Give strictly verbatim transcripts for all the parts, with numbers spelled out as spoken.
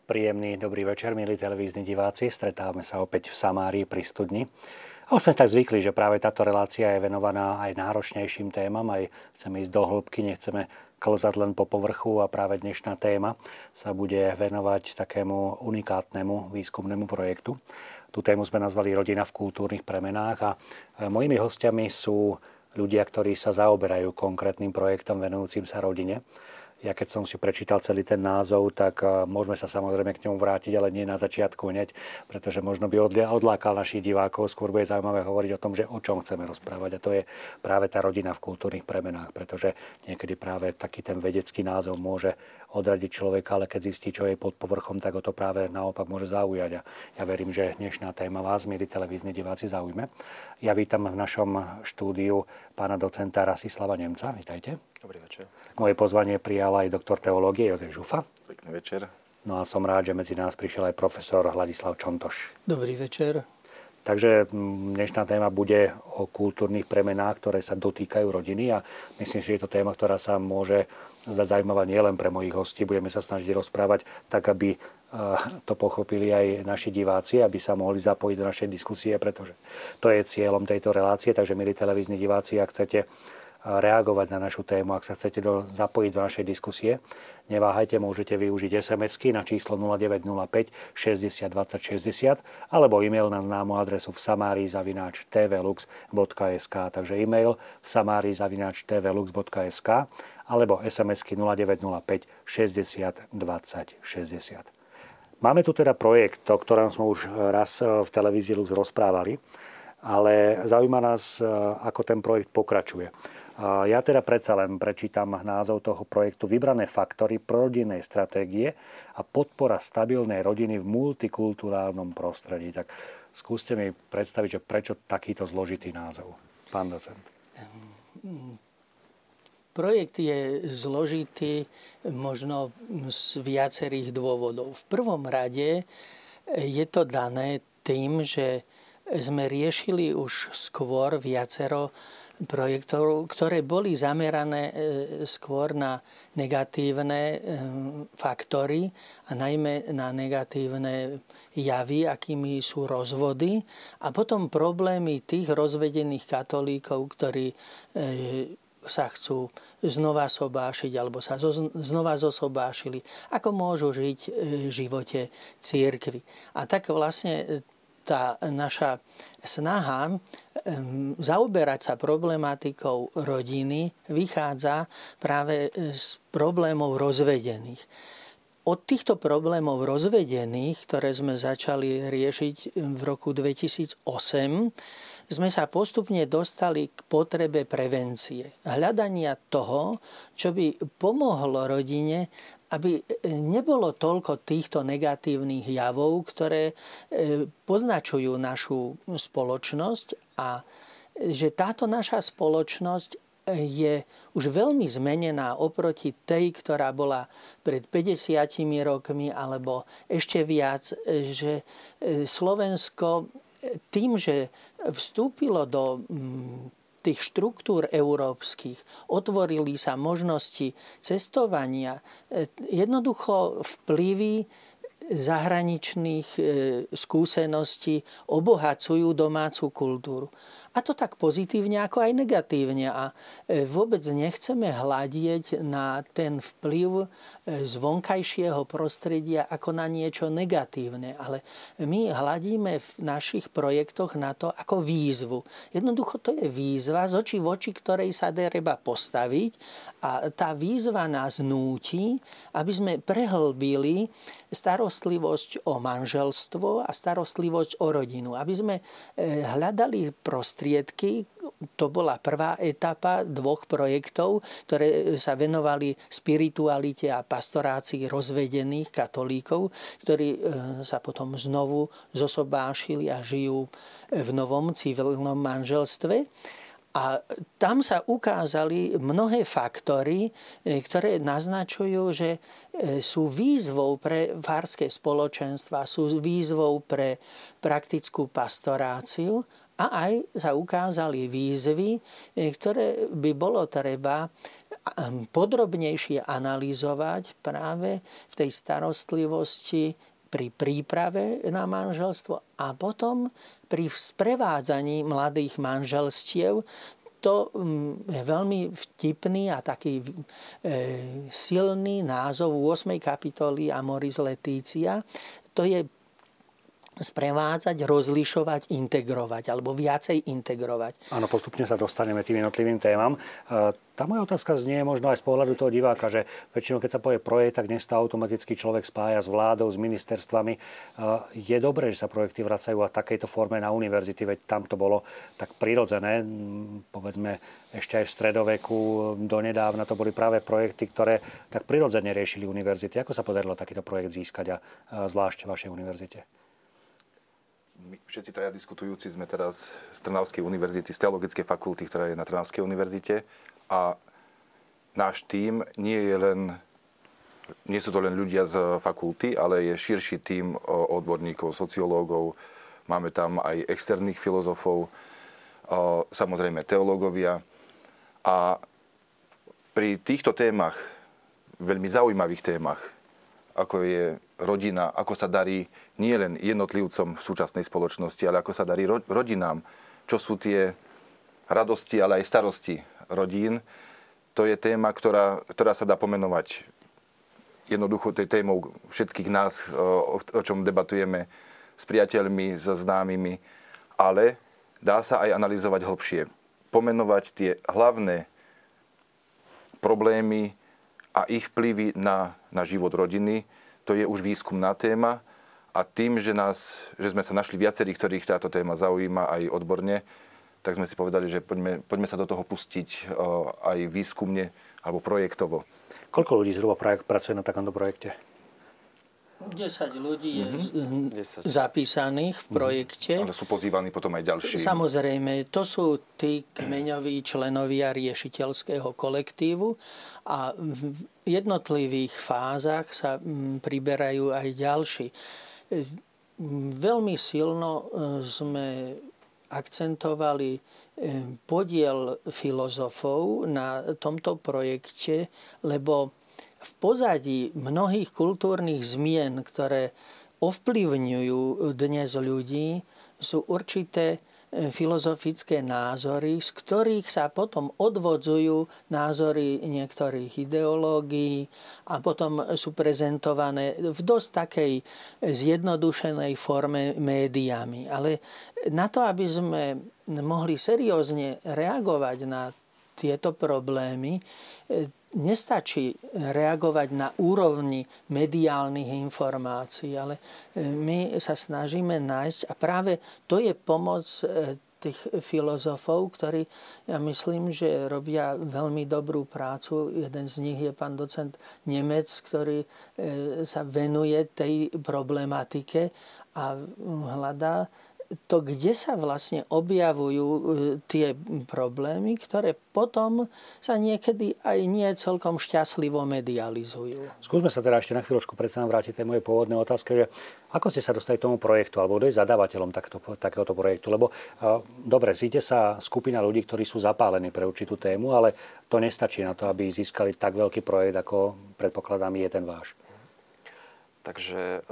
Príjemný dobrý večer, milí televízni diváci. Stretávame sa opäť v Samárii pri studni. A už sme tak zvykli, že práve táto relácia je venovaná aj náročnejším témam, aj chceme ísť do hĺbky, nechceme klzať len po povrchu a práve dnešná téma sa bude venovať takému unikátnemu výskumnému projektu. Tú tému sme nazvali Rodina v kultúrnych premenách a mojimi hostiami sú ľudia, ktorí sa zaoberajú konkrétnym projektom venujúcim sa rodine. Ja keď som si prečítal celý ten názov, tak môžeme sa samozrejme k ňomu vrátiť, ale nie na začiatku hneď, pretože možno by odlákal našich divákov. Skôr bude zaujímavé hovoriť o tom, že o čom chceme rozprávať. A to je práve tá rodina v kultúrnych premenách, pretože niekedy práve taký ten vedecký názov môže odradiť človeka, ale keď zistí, čo je pod povrchom, tak ho to práve naopak môže zaujať. A ja verím, že dnešná téma vás, milí televízni diváci, zaujme. Ja vítam v našom štúdiu pána docenta Rastislava Nemca. Vítajte. Dobrý večer. Moje pozvanie prijal aj doktor teológie Jozef Žufa. Pekný večer. No a som rád, že medzi nás prišiel aj profesor Hladislav Čontoš. Dobrý večer. Takže dnešná téma bude o kultúrnych premenách, ktoré sa dotýkajú rodiny a myslím, že je to téma, ktorá sa môže zdať zaujímavá nielen pre mojich hostí. Budeme sa snažiť rozprávať tak, aby to pochopili aj naši diváci, aby sa mohli zapojiť do našej diskusie, pretože to je cieľom tejto relácie. Takže, milí televízni diváci, ak chcete reagovať na našu tému, ak sa chcete do, zapojiť do našej diskusie, neváhajte, môžete využiť es em esky na číslo nula deväť nula päť šesťdesiat dvadsať šesťdesiat alebo e-mail na známu adresu v samárii zavináč tvlux bodka es ká. Takže e-mail v samárii zavináč tvlux bodka es ká alebo es em esky nula deväť nula päť šesťdesiat dvadsať šesťdesiat. Máme tu teda projekt, o ktorom sme už raz v televízii Lux rozprávali, ale zaujíma nás, ako ten projekt pokračuje. Ja teda predsa len prečítam názov toho projektu Vybrané faktory prorodinnej stratégie a podpora stabilnej rodiny v multikulturálnom prostredí. Tak skúste mi predstaviť, že prečo takýto zložitý názov, pán docent. Projekt je zložitý možno z viacerých dôvodov. V prvom rade je to dané tým, že sme riešili už skôr viacero projektov, ktoré boli zamerané skôr na negatívne faktory a najmä na negatívne javy, akými sú rozvody a potom problémy tých rozvedených katolíkov, ktorí sa chcú znova sobášiť alebo sa znova zosobášili, ako môžu žiť v živote cirkvi. A tak vlastne tá naša snaha zaoberať sa problematikou rodiny vychádza práve z problémov rozvedených. Od týchto problémov rozvedených, ktoré sme začali riešiť v roku dvetisícosem, sme sa postupne dostali k potrebe prevencie. Hľadania toho, čo by pomohlo rodine, aby nebolo toľko týchto negatívnych javov, ktoré poznačujú našu spoločnosť a že táto naša spoločnosť je už veľmi zmenená oproti tej, ktorá bola pred päťdesiatimi rokmi alebo ešte viac, že Slovensko tým, že vstúpilo do tých štruktúr európskych, otvorili sa možnosti cestovania, jednoducho vplyvy zahraničných skúseností obohacujú domácu kultúru. A to tak pozitívne, ako aj negatívne. A vôbec nechceme hľadieť na ten vplyv z vonkajšieho prostredia ako na niečo negatívne. Ale my hľadíme v našich projektoch na to ako výzvu. Jednoducho to je výzva, z očí v oči, ktorej sa treba postaviť. A tá výzva nás núti, aby sme prehlbili starostlivosť o manželstvo a starostlivosť o rodinu. Aby sme hľadali prostriedky. To bola prvá etapa dvoch projektov, ktoré sa venovali spiritualite a pastorácii rozvedených katolíkov, ktorí sa potom znovu zosobášili a žijú v novom civilnom manželstve. A tam sa ukázali mnohé faktory, ktoré naznačujú, že sú výzvou pre farské spoločenstva, sú výzvou pre praktickú pastoráciu a aj sa ukázali výzvy, ktoré by bolo treba podrobnejšie analyzovať práve v tej starostlivosti pri príprave na manželstvo a potom pri sprevádzaní mladých manželstiev. To je veľmi vtipný a taký e, silný názov ôsmej kapitoly Amoris Laetitia. To je sprevádzať, rozlišovať, integrovať, alebo viacej integrovať. Áno, postupne sa dostaneme tým jednotlivým témam. Tá moja otázka znie možno aj z pohľadu toho diváka, že väčšinou, keď sa povie projekt, tak dnes to automaticky človek spája s vládou, s ministerstvami. Je dobré, že sa projekty vracajú a takejto forme na univerzity, veď tam to bolo tak prirodzené. Povedzme, ešte aj v stredoveku donedávna to boli práve projekty, ktoré tak prirodzene riešili univerzity. Ako sa podarilo takýto projekt získať a zvlášť v vašej univerzite? My všetci traja diskutujúci sme teraz z Trnavskej univerzity, z teologickej fakulty, ktorá je na Trnavskej univerzite. A náš tím nie je len, nie sú to len ľudia z fakulty, ale je širší tím odborníkov, sociológov. Máme tam aj externých filozofov, samozrejme teológovia. A pri týchto témach, veľmi zaujímavých témach, ako je rodina, ako sa darí nie len jednotlivcom v súčasnej spoločnosti, ale ako sa darí ro- rodinám, čo sú tie radosti, ale aj starosti rodín. To je téma, ktorá, ktorá sa dá pomenovať jednoducho tej témou všetkých nás, o, o čom debatujeme s priateľmi, so známymi, ale dá sa aj analyzovať hlbšie. Pomenovať tie hlavné problémy a ich vplyvy na, na život rodiny. To je už výskumná téma a tým, že, nás, že sme sa našli viacerí, ktorých táto téma zaujíma aj odborne, tak sme si povedali, že poďme, poďme sa do toho pustiť aj výskumne alebo projektovo. Koľko ľudí zhruba pracuje na takomto projekte? desať ľudí je mm-hmm. zapísaných v projekte. Ale sú pozývaní potom aj ďalší. Samozrejme, to sú tí kmeňoví členovia riešiteľského kolektívu a v jednotlivých fázach sa priberajú aj ďalší. Veľmi silno sme akcentovali podiel filozofov na tomto projekte, lebo v pozadí mnohých kultúrnych zmien, ktoré ovplyvňujú dnes ľudí, sú určité filozofické názory, z ktorých sa potom odvodzujú názory niektorých ideológií a potom sú prezentované v dosť takej zjednodušenej forme médiami. Ale na to, aby sme mohli seriózne reagovať na tieto problémy, nestačí reagovať na úrovni mediálnych informácií, ale my sa snažíme nájsť a práve to je pomoc tých filozofov, ktorí, ja myslím, že robia veľmi dobrú prácu. Jeden z nich je pán docent Nemec, ktorý sa venuje tej problematike a hľadá to, kde sa vlastne objavujú tie problémy, ktoré potom sa niekedy aj nie celkom šťastlivo medializujú. Skúsme sa teda ešte na chvíľočku predsa nám vrátiť tej mojej pôvodnej otázke, že ako ste sa dostali k tomu projektu, alebo kto je zadávateľom takto, takéhoto projektu? Lebo dobre, zíde sa skupina ľudí, ktorí sú zapálení pre určitú tému, ale to nestačí na to, aby získali tak veľký projekt, ako predpokladám je ten váš. Takže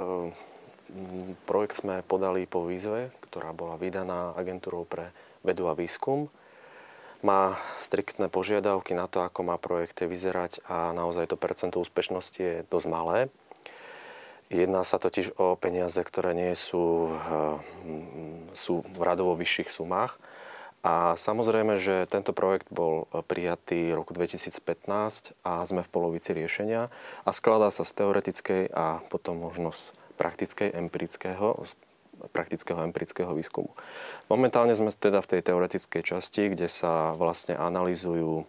projekt sme podali po výzve, ktorá bola vydaná agentúrou pre vedu a výskum. Má striktné požiadavky na to, ako má projekt vyzerať a naozaj to percento úspešnosti je dosť malé. Jedná sa totiž o peniaze, ktoré nie sú, sú v radovo vyšších sumách. A samozrejme, že tento projekt bol prijatý v roku dvetisícpätnásť a sme v polovici riešenia a skladá sa z teoretickej a potom možno z praktickej empirického, praktického empirického výskumu. Momentálne sme teda v tej teoretickej časti, kde sa vlastne analyzujú uh,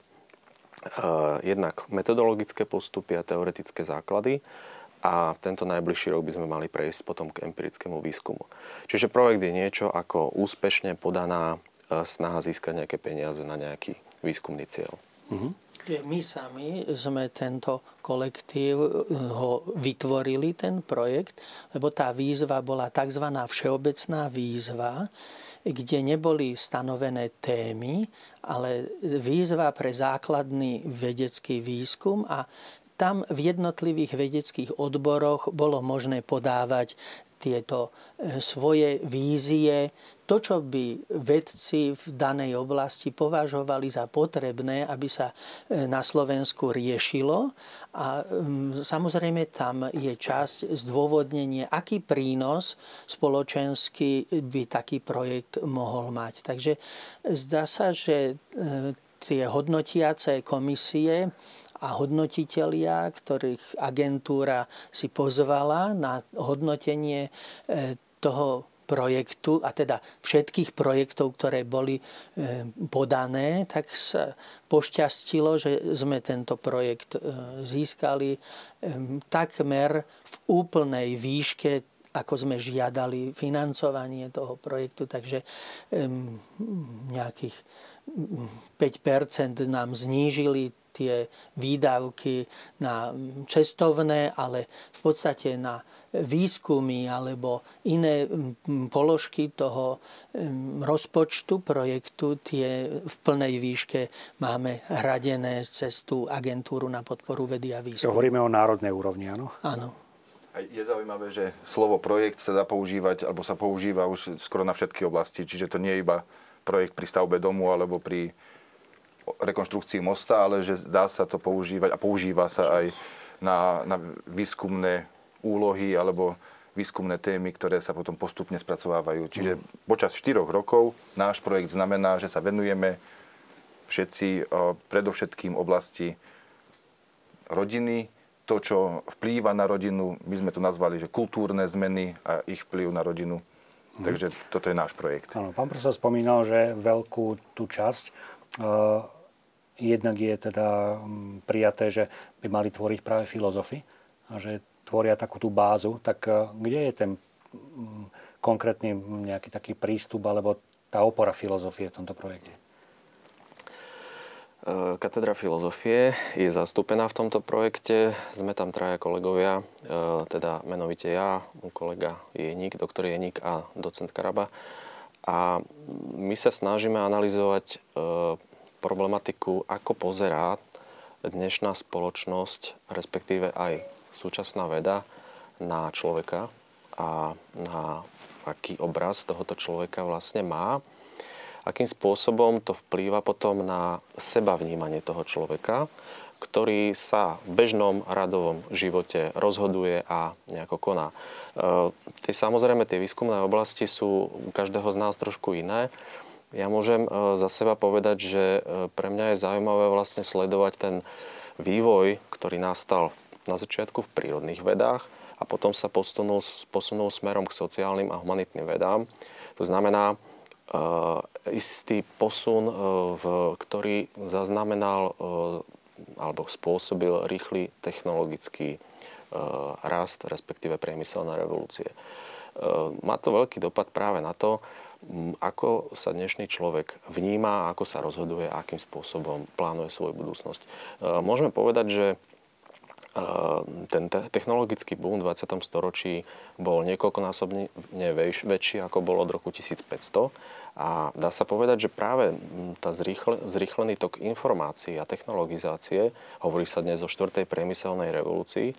jednak metodologické postupy a teoretické základy a tento najbližší rok by sme mali prejsť potom k empirickému výskumu. Čiže projekt je niečo ako úspešne podaná uh, snaha získať nejaké peniaze na nejaký výskumný cieľ. Uh-huh. My sami sme tento kolektív ho vytvorili, ten projekt, lebo tá výzva bola tzv. Všeobecná výzva, kde neboli stanovené témy, ale výzva pre základný vedecký výskum a tam v jednotlivých vedeckých odboroch bolo možné podávať tieto svoje vízie, to, čo by vedci v danej oblasti považovali za potrebné, aby sa na Slovensku riešilo. A samozrejme tam je časť zdôvodnenie, aký prínos spoločenský by taký projekt mohol mať. Takže zdá sa, že tie hodnotiace komisie a hodnotitelia, ktorých agentúra si pozvala na hodnotenie toho projektu, a teda všetkých projektov, ktoré boli podané, tak sa pošťastilo, že sme tento projekt získali takmer v úplnej výške, ako sme žiadali financovanie toho projektu. Takže nejakých päť percent nám znížili tie výdavky na cestovné, ale v podstate na výskumy alebo iné položky toho rozpočtu projektu tie v plnej výške máme hradené cez tú agentúru na podporu vedy a výskumu. Hovoríme o národnej úrovni, áno? Áno. Je zaujímavé, že slovo projekt sa dá používať, alebo sa používa už skoro na všetky oblasti, čiže to nie je iba projekt pri stavbe domu alebo pri rekonštrukcii mosta, ale že dá sa to používať a používa sa aj na, na výskumné úlohy alebo výskumné témy, ktoré sa potom postupne spracovávajú. Čiže počas štyroch rokov náš projekt znamená, že sa venujeme všetci predovšetkým oblasti rodiny, to, čo vplýva na rodinu, my sme to nazvali, že kultúrne zmeny a ich vplyv na rodinu. Mm. Takže toto je náš projekt. Áno, pán profesor spomínal, že veľkú tú časť uh, jednak je teda prijaté, že by mali tvoriť práve filozofi a že tvoria takú tú bázu. Tak uh, kde je ten um, konkrétny nejaký taký prístup alebo tá opora filozofie v tomto projekte? Katedra filozofie je zastúpená v tomto projekte. Sme tam traja kolegovia, teda menovite ja, môj kolega Jeník, doktor Jeník a docent Karaba. A my sa snažíme analyzovať problematiku, ako pozerá dnešná spoločnosť, respektíve aj súčasná veda na človeka a na aký obraz tohoto človeka vlastne má. Akým spôsobom to vplýva potom na sebavnímanie toho človeka, ktorý sa v bežnom radovom živote rozhoduje a nejako koná. E, tie, samozrejme, tie výskumné oblasti sú u každého z nás trošku iné. Ja môžem e, za seba povedať, že pre mňa je zaujímavé vlastne sledovať ten vývoj, ktorý nastal na začiatku v prírodných vedách a potom sa posunul, posunul smerom k sociálnym a humanitným vedám. To znamená, Uh, istý posun, uh, v, ktorý zaznamenal uh, alebo spôsobil rýchly technologický uh, rast, respektíve priemyselná revolúcie. Uh, má to veľký dopad práve na to, um, ako sa dnešný človek vníma, ako sa rozhoduje, akým spôsobom plánuje svoju budúcnosť. Uh, môžeme povedať, že ten technologický boom v dvadsiatom storočí bol niekoľkonásobne väč, väčší, ako bol od roku tisícpäťsto. A dá sa povedať, že práve tá zrýchle, zrýchlený tok informácií a technologizácie, hovorí sa dnes o štvrtej priemyselnej revolúcii,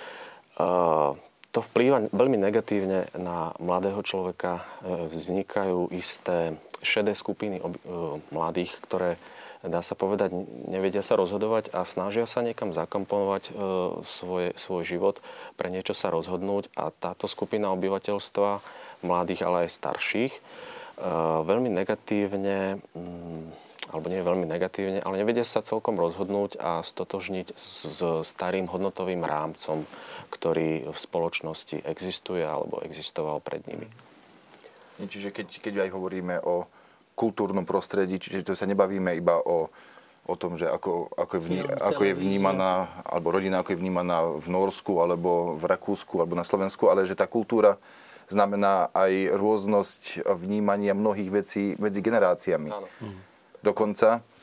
to vplýva veľmi negatívne na mladého človeka. Vznikajú isté šedé skupiny mladých, ktoré, dá sa povedať, nevedia sa rozhodovať a snažia sa niekam zakomponovať e, svoj, svoj život, pre niečo sa rozhodnúť a táto skupina obyvateľstva, mladých, ale aj starších, e, veľmi negatívne, m, alebo nie veľmi negatívne, ale nevedia sa celkom rozhodnúť a stotožniť s, s starým hodnotovým rámcom, ktorý v spoločnosti existuje alebo existoval pred nimi. Čiže keď, keď aj hovoríme o kultúrnom prostredí, čiže to sa nebavíme iba o, o tom, že ako, ako, je vní, Film, ako je vnímaná, alebo rodina ako je vnímaná v Nórsku, alebo v Rakúsku, alebo na Slovensku, ale že tá kultúra znamená aj rôznosť vnímania mnohých vecí medzi generáciami. Áno. Dokonca,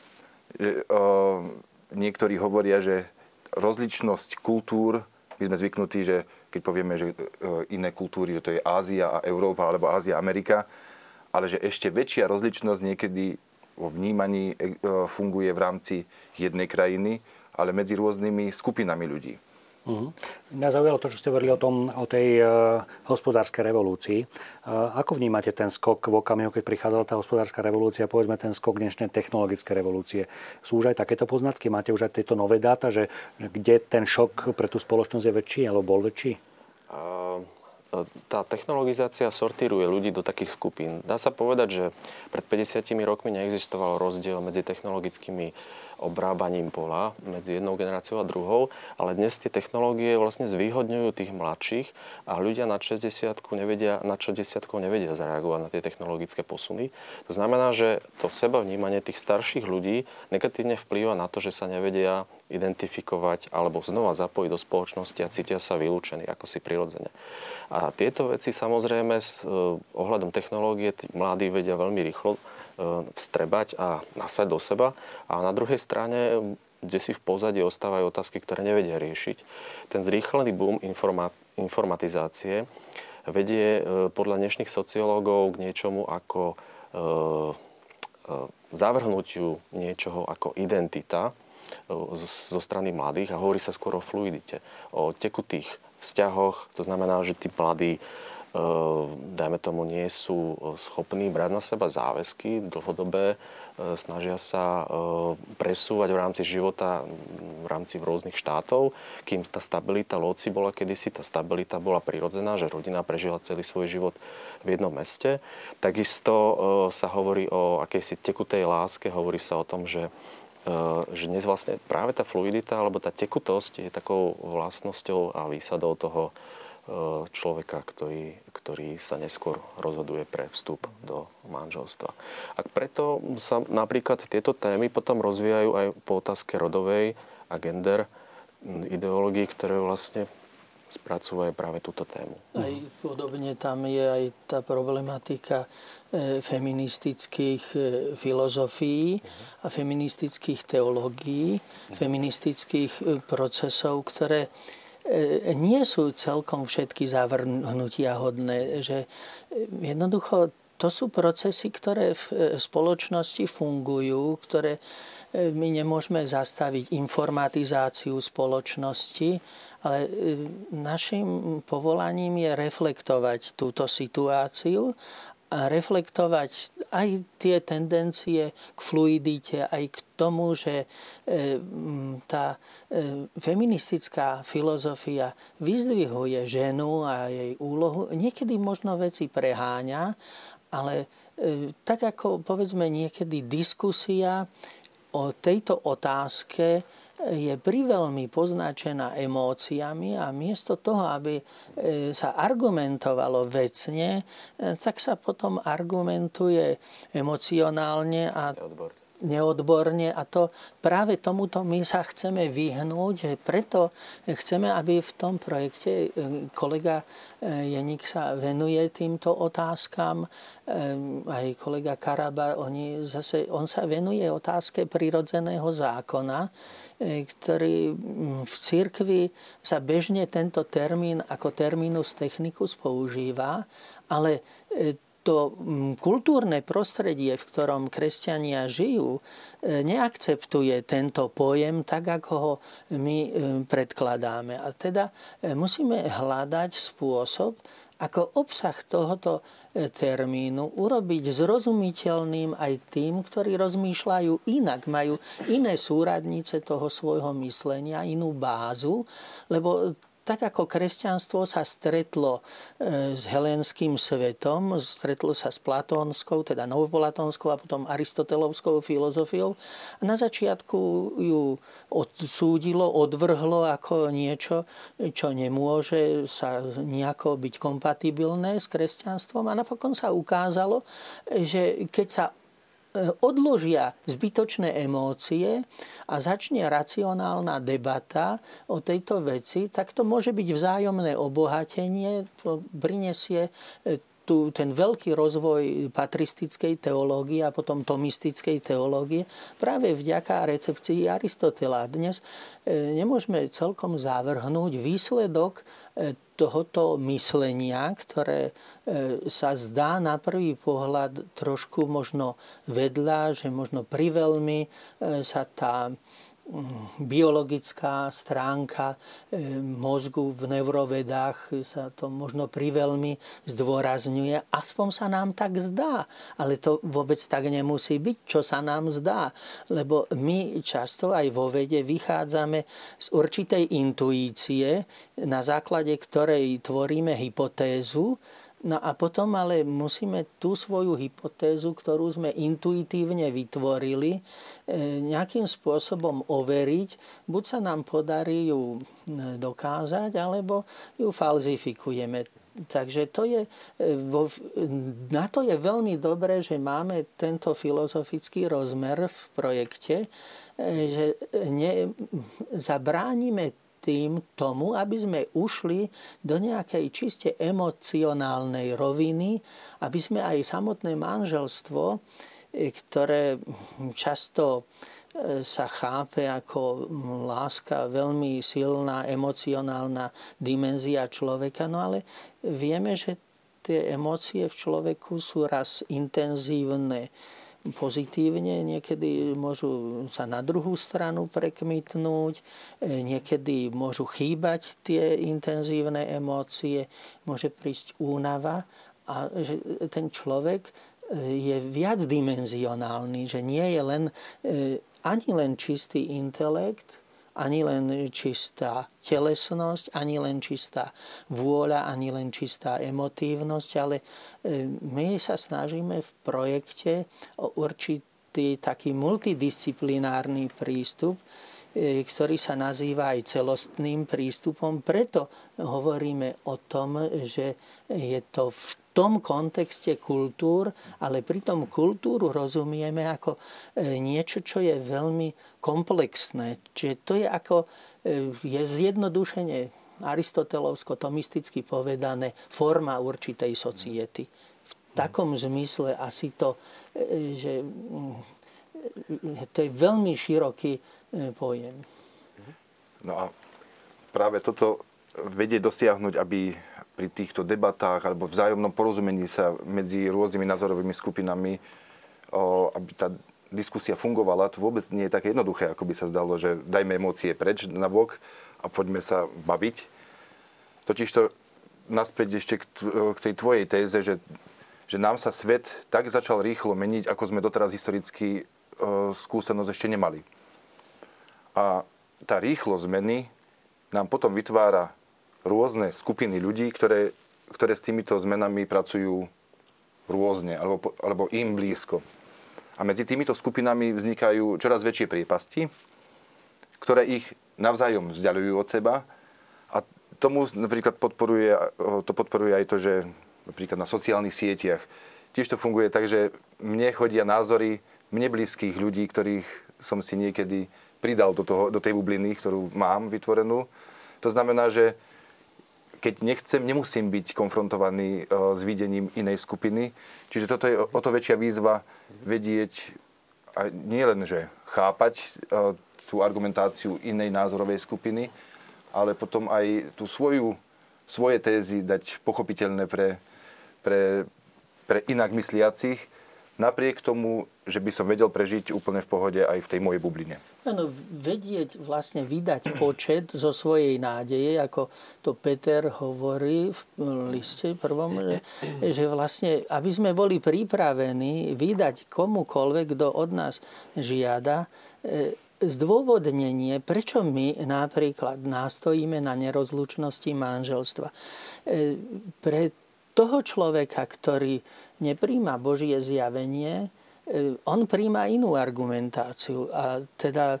že uh, niektorí hovoria, že rozličnosť kultúr, my sme zvyknutí, že keď povieme, že uh, iné kultúry, že to je Ázia a Európa alebo Ázia a Amerika, ale že ešte väčšia rozličnosť niekedy vo vnímaní uh, funguje v rámci jednej krajiny, ale medzi rôznymi skupinami ľudí. Uh-huh. Mňa zaujalo to, čo ste hovorili o, tom, o tej uh, hospodárskej revolúcii. Uh, ako vnímate ten skok v okamihu, keď prichádzala tá hospodárska revolúcia, povedzme ten skok dnešnej technologické revolúcie? Sú už aj takéto poznatky? Máte už aj tieto nové dáta, že, že kde ten šok pre tú spoločnosť je väčší alebo bol väčší? Uh... Tá technologizácia sortíruje ľudí do takých skupín. Dá sa povedať, že pred päťdesiatimi rokmi neexistoval rozdiel medzi technologickými obrábaním pola medzi jednou generáciou a druhou, ale dnes tie technológie vlastne zvýhodňujú tých mladších a ľudia nad šesťdesiatku nevedia, nad šesťdesiatkou nevedia zareagovať na tie technologické posuny. To znamená, že to sebavnímanie tých starších ľudí negatívne vplýva na to, že sa nevedia identifikovať alebo znova zapojiť do spoločnosti a cítia sa vylúčení, ako si prirodzene. A tieto veci samozrejme s ohľadom technológie tí mladí vedia veľmi rýchlo vstrebať a nasať do seba. A na druhej strane, kde si v pozadí ostávajú otázky, ktoré nevedia riešiť. Ten zrýchlený boom informa- informatizácie vedie podľa dnešných sociológov k niečomu ako e, e, zavrhnutiu niečoho ako identita zo, zo strany mladých a hovorí sa skôr o fluidite, o tekutých vzťahoch. To znamená, že tí mladí dajme tomu, nie sú schopní brať na seba záväzky dlhodobé, snažia sa presúvať v rámci života, v rámci rôznych štátov, kým tá stabilita Lóci bola kedysi, tá stabilita bola prirodzená, že rodina prežila celý svoj život v jednom meste. Takisto sa hovorí o akejsi tekutej láske, hovorí sa o tom, že že dnes vlastne práve tá fluidita alebo tá tekutosť je takou vlastnosťou a výsadou toho človeka, ktorý, ktorý sa neskôr rozhoduje pre vstup do manželstva. A preto sa napríklad tieto témy potom rozvíjajú aj po otázke rodovej a gender ideológií, ktoré vlastne spracúvajú práve túto tému. Aj podobne tam je aj tá problematika feministických filozofií a feministických teológií, feministických procesov, ktoré nie sú celkom všetky zavrhnutia hodné, že jednoducho to sú procesy, ktoré v spoločnosti fungujú, ktoré my nemôžeme zastaviť informatizáciu spoločnosti, ale našim povolaním je reflektovať túto situáciu a reflektovať aj tie tendencie k fluidite, aj k tomu, že tá feministická filozofia vyzdvihuje ženu a jej úlohu. Niekedy možno veci preháňa, ale tak ako povedzme niekedy diskusia o tejto otázke je priveľmi poznačená emóciami a miesto toho, aby sa argumentovalo vecne, tak sa potom argumentuje emocionálne a neodborne a to práve tomuto my sa chceme vyhnúť, že preto chceme, aby v tom projekte kolega Jeník sa venuje týmto otázkam, aj kolega Karaba, oni zase, on sa venuje otázke prirodzeného zákona, ktorý v cirkvi sa bežne tento termín ako terminus technicus používa, ale to kultúrne prostredie, v ktorom kresťania žijú, neakceptuje tento pojem tak, ako ho my predkladáme. A teda musíme hľadať spôsob, ako obsah tohoto termínu urobiť zrozumiteľným aj tým, ktorí rozmýšľajú inak, majú iné súradnice toho svojho myslenia, inú bázu, lebo tak ako kresťanstvo sa stretlo s helénskym svetom, stretlo sa s platónskou, teda novoplatónskou a potom aristotelovskou filozofiou. A na začiatku ju odsúdilo, odvrhlo ako niečo, čo nemôže sa nejako byť kompatibilné s kresťanstvom. A napokon sa ukázalo, že keď sa odložia zbytočné emócie a začne racionálna debata o tejto veci, tak to môže byť vzájomné obohatenie, to prinesie tu, ten veľký rozvoj patristickej teológie a potom tomistickej teológie práve vďaka recepcii Aristotela. Dnes nemôžeme celkom zavrhnúť výsledok tohoto myslenia, ktoré sa zdá na prvý pohľad trošku možno vedľa, že možno priveľmi sa tá biologická stránka mozgu v neurovedách sa to možno priveľmi zdôrazňuje. Aspoň sa nám tak zdá. Ale to vôbec tak nemusí byť, čo sa nám zdá. Lebo my často aj vo vede vychádzame z určitej intuície, na základe ktorej tvoríme hypotézu. No a potom ale musíme tú svoju hypotézu, ktorú sme intuitívne vytvorili, nejakým spôsobom overiť. Buď sa nám podarí ju dokázať, alebo ju falzifikujeme. Takže to je, na to je veľmi dobré, že máme tento filozofický rozmer v projekte, že ne, zabránime tým tomu, aby sme ušli do nejakej čiste emocionálnej roviny, aby sme aj samotné manželstvo, ktoré často sa chápe ako láska, veľmi silná emocionálna dimenzia človeka, no ale vieme, že tie emócie v človeku sú raz intenzívne, pozitívne, niekedy môžu sa na druhú stranu prekmitnúť, niekedy môžu chýbať tie intenzívne emócie, môže prísť únava a že ten človek je viacdimenzionálny, že nie je len, ani len čistý intelekt, ani len čistá telesnosť, ani len čistá vôľa, ani len čistá emotívnosť, ale my sa snažíme v projekte o určitý taký multidisciplinárny prístup, ktorý sa nazýva aj celostným prístupom. Preto hovoríme o tom, že je to v tom kontexte kultúr, ale pritom kultúru rozumieme ako niečo, čo je veľmi komplexné. Čiže to je ako, je zjednodušene aristotelovsko-tomisticky povedané, forma určitej society. V takom zmysle asi to, že to je veľmi široký pojem. No a práve toto vedie dosiahnuť, aby pri týchto debatách alebo vzájomnom porozumení sa medzi rôznymi názorovými skupinami, aby tá diskusia fungovala, to vôbec nie je také jednoduché, ako by sa zdalo, že dajme emócie preč na bok a poďme sa baviť. Totižto naspäť ešte k tej tvojej téze, že, že nám sa svet tak začal rýchlo meniť, ako sme doteraz historicky skúsenosť ešte nemali. A tá rýchlosť zmeny nám potom vytvára rôzne skupiny ľudí, ktoré, ktoré s týmito zmenami pracujú rôzne, alebo, alebo im blízko. A medzi týmito skupinami vznikajú čoraz väčšie priepasti, ktoré ich navzájom vzdialujú od seba. A tomu napríklad podporuje, to podporuje aj to, že napríklad na sociálnych sieťach tiež to funguje tak, že mne chodia názory mne blízkych ľudí, ktorých som si niekedy pridal do, toho, do tej bubliny, ktorú mám vytvorenú. To znamená, že keď nechcem, nemusím byť konfrontovaný s videním inej skupiny. Čiže toto je o to väčšia výzva vedieť, a nie len, že chápať tú argumentáciu inej názorovej skupiny, ale potom aj tú svoju, svoje tézy dať pochopiteľné pre, pre, pre inak mysliacich, napriek tomu, že by som vedel prežiť úplne v pohode aj v tej mojej bubline. Áno, vedieť vlastne vydať počet zo svojej nádeje, ako to Peter hovorí v liste prvom, že, že vlastne, aby sme boli pripravení vydať komukoľvek, kto od nás žiada, zdôvodnenie, prečo my napríklad nástojíme na nerozlučnosti manželstva. Pre toho človeka, ktorý nepríjma Božie zjavenie, on príjma inú argumentáciu. A teda,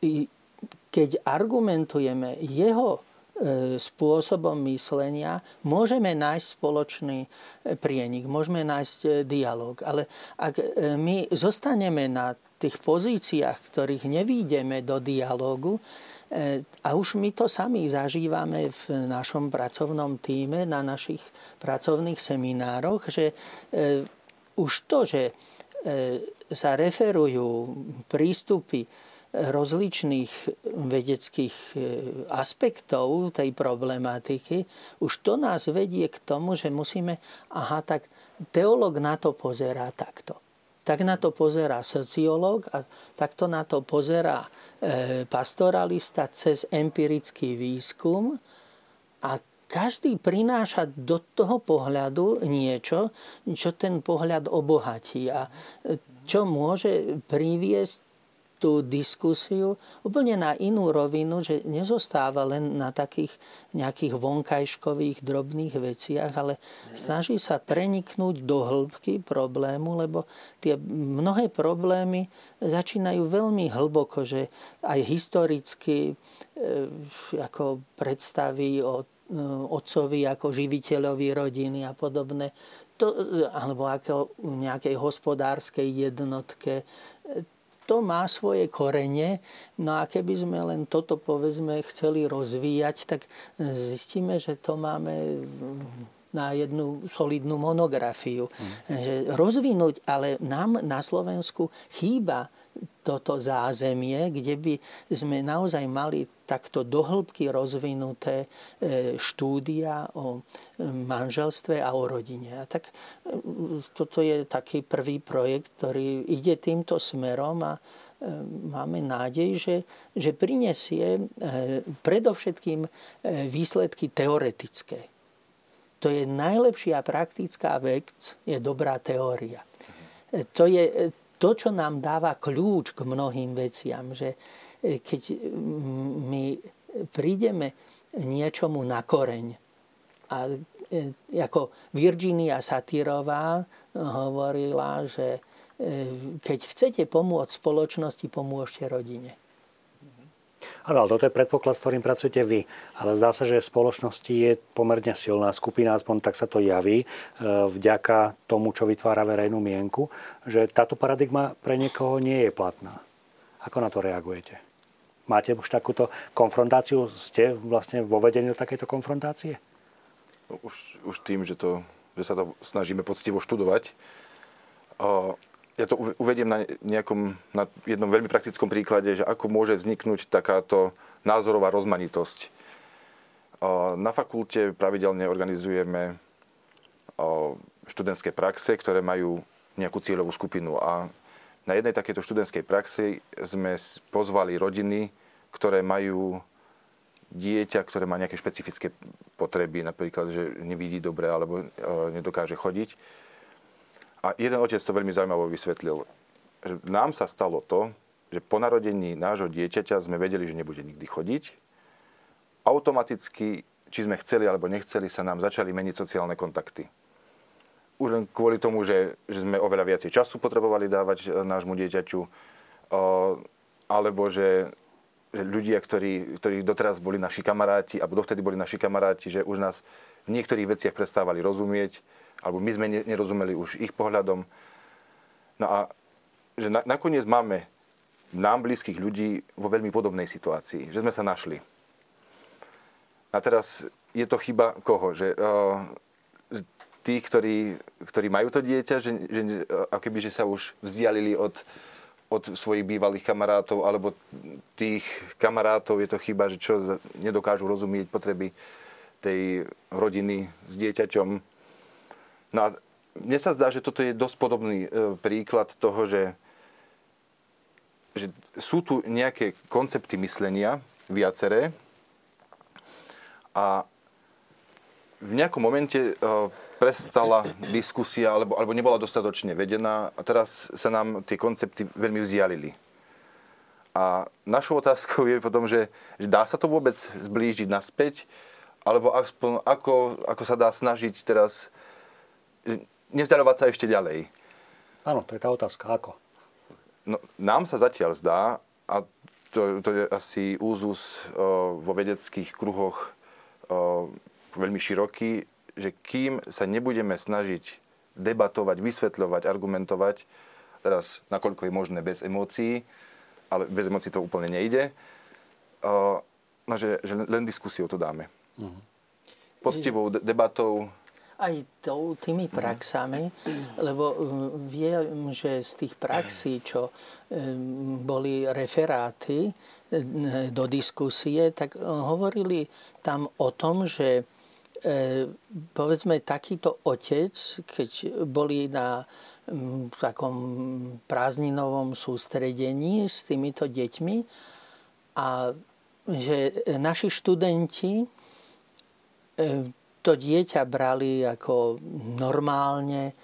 keď argumentujeme jeho spôsobom myslenia, môžeme nájsť spoločný prienik, môžeme nájsť dialog. Ale ak my zostaneme na tých pozíciách, ktorých nevídeme do dialógu, A už my to sami zažívame v našom pracovnom tíme, na našich pracovných seminároch, že už to, že sa referujú prístupy rozličných vedeckých aspektov tej problematiky, už to nás vedie k tomu, že musíme, aha, tak teológ na to pozerá takto. Tak na to pozerá sociológ a takto na to pozerá e, pastoralista cez empirický výskum a každý prináša do toho pohľadu niečo, čo ten pohľad obohatí a čo môže priviesť tú diskusiu úplne na inú rovinu, že nezostáva len na takých nejakých vonkajškových drobných veciach, ale snaží sa preniknúť do hĺbky problému, lebo tie mnohé problémy začínajú veľmi hlboko, že aj historicky ako predstavy o otcovi ako živiteľovi rodiny a podobné, to, alebo ako nejakej hospodárskej jednotke. To má svoje korene, no a keby sme len toto, povedzme, chceli rozvíjať, tak zistíme, že to máme na jednu solidnú monografiu. Mm. Že rozvinúť, ale nám na Slovensku chýba toto zázemie, kde by sme naozaj mali takto dohĺbky rozvinuté štúdia o manželstve a o rodine. A tak toto je taký prvý projekt, ktorý ide týmto smerom a máme nádej, že, že prinesie predovšetkým výsledky teoretické. To je najlepšia praktická vec, je dobrá teória. To je to, čo nám dáva kľúč k mnohým veciam, že keď my prídeme niečomu na koreň a ako Virginia Satyrová hovorila, že keď chcete pomôcť spoločnosti, pomôžte rodine. Áno, ale toto je predpoklad, s ktorým pracujete vy. Ale zdá sa, že v spoločnosti je pomerne silná skupina, aspoň tak sa to javí, vďaka tomu, čo vytvára verejnú mienku, že táto paradigma pre niekoho nie je platná. Ako na to reagujete? Máte už takúto konfrontáciu? Ste vlastne vo vedení do takejto konfrontácie? No, už, už tým, že, to, že sa to snažíme poctivo študovať, a ja to uvediem na nejakom, na jednom veľmi praktickom príklade, že ako môže vzniknúť takáto názorová rozmanitosť. Na fakulte pravidelne organizujeme študentské praxe, ktoré majú nejakú cieľovú skupinu. A na jednej takejto študentskej praxi sme pozvali rodiny, ktoré majú dieťa, ktoré má nejaké špecifické potreby, napríklad, že nevidí dobre alebo nedokáže chodiť. A jeden otec to veľmi zaujímavo vysvetlil. Že nám sa stalo to, že po narodení nášho dieťaťa sme vedeli, že nebude nikdy chodiť. Automaticky, či sme chceli alebo nechceli, sa nám začali meniť sociálne kontakty. Už len kvôli tomu, že, že sme oveľa viacej času potrebovali dávať nášmu dieťaťu, alebo že, že ľudia, ktorí, ktorí doteraz boli naši kamaráti, alebo dovtedy boli naši kamaráti, že už nás v niektorých veciach prestávali rozumieť, alebo my sme nerozumeli už ich pohľadom. No a že na, nakoniec máme nám blízkych ľudí vo veľmi podobnej situácii, že sme sa našli. A teraz je to chyba koho? Že, uh, tí, ktorí, ktorí majú to dieťa, že, že akoby, že sa už vzdialili od, od svojich bývalých kamarátov, alebo tých kamarátov je to chyba, že čo nedokážu rozumieť potreby tej rodiny s dieťaťom. No a mne sa zdá, že toto je dosť podobný e, príklad toho, že, že sú tu nejaké koncepty myslenia, viaceré, a v nejakom momente e, prestala diskusia, alebo, alebo nebola dostatočne vedená a teraz sa nám tie koncepty veľmi vzdialili. A našou otázkou je potom, že, že dá sa to vôbec zblížiť naspäť, alebo aspoň ako, ako sa dá snažiť teraz nevzdialovať sa ešte ďalej. Áno, to je tá otázka. Ako? No, nám sa zatiaľ zdá, a to, to je asi úzus o, vo vedeckých kruhoch o, veľmi široký, že kým sa nebudeme snažiť debatovať, vysvetľovať, argumentovať, teraz nakoľko je možné bez emócií, ale bez emócií to úplne nejde, no, že, že len diskusiou to dáme. Uh-huh. Poctivou de- debatou. Aj to, tými praxami, lebo viem, že z tých praxí, čo boli referáty do diskusie, tak hovorili tam o tom, že povedzme takýto otec, keď boli na takom prázdninovom sústredení s týmito deťmi a že naši študenti to dieťa brali ako normálne,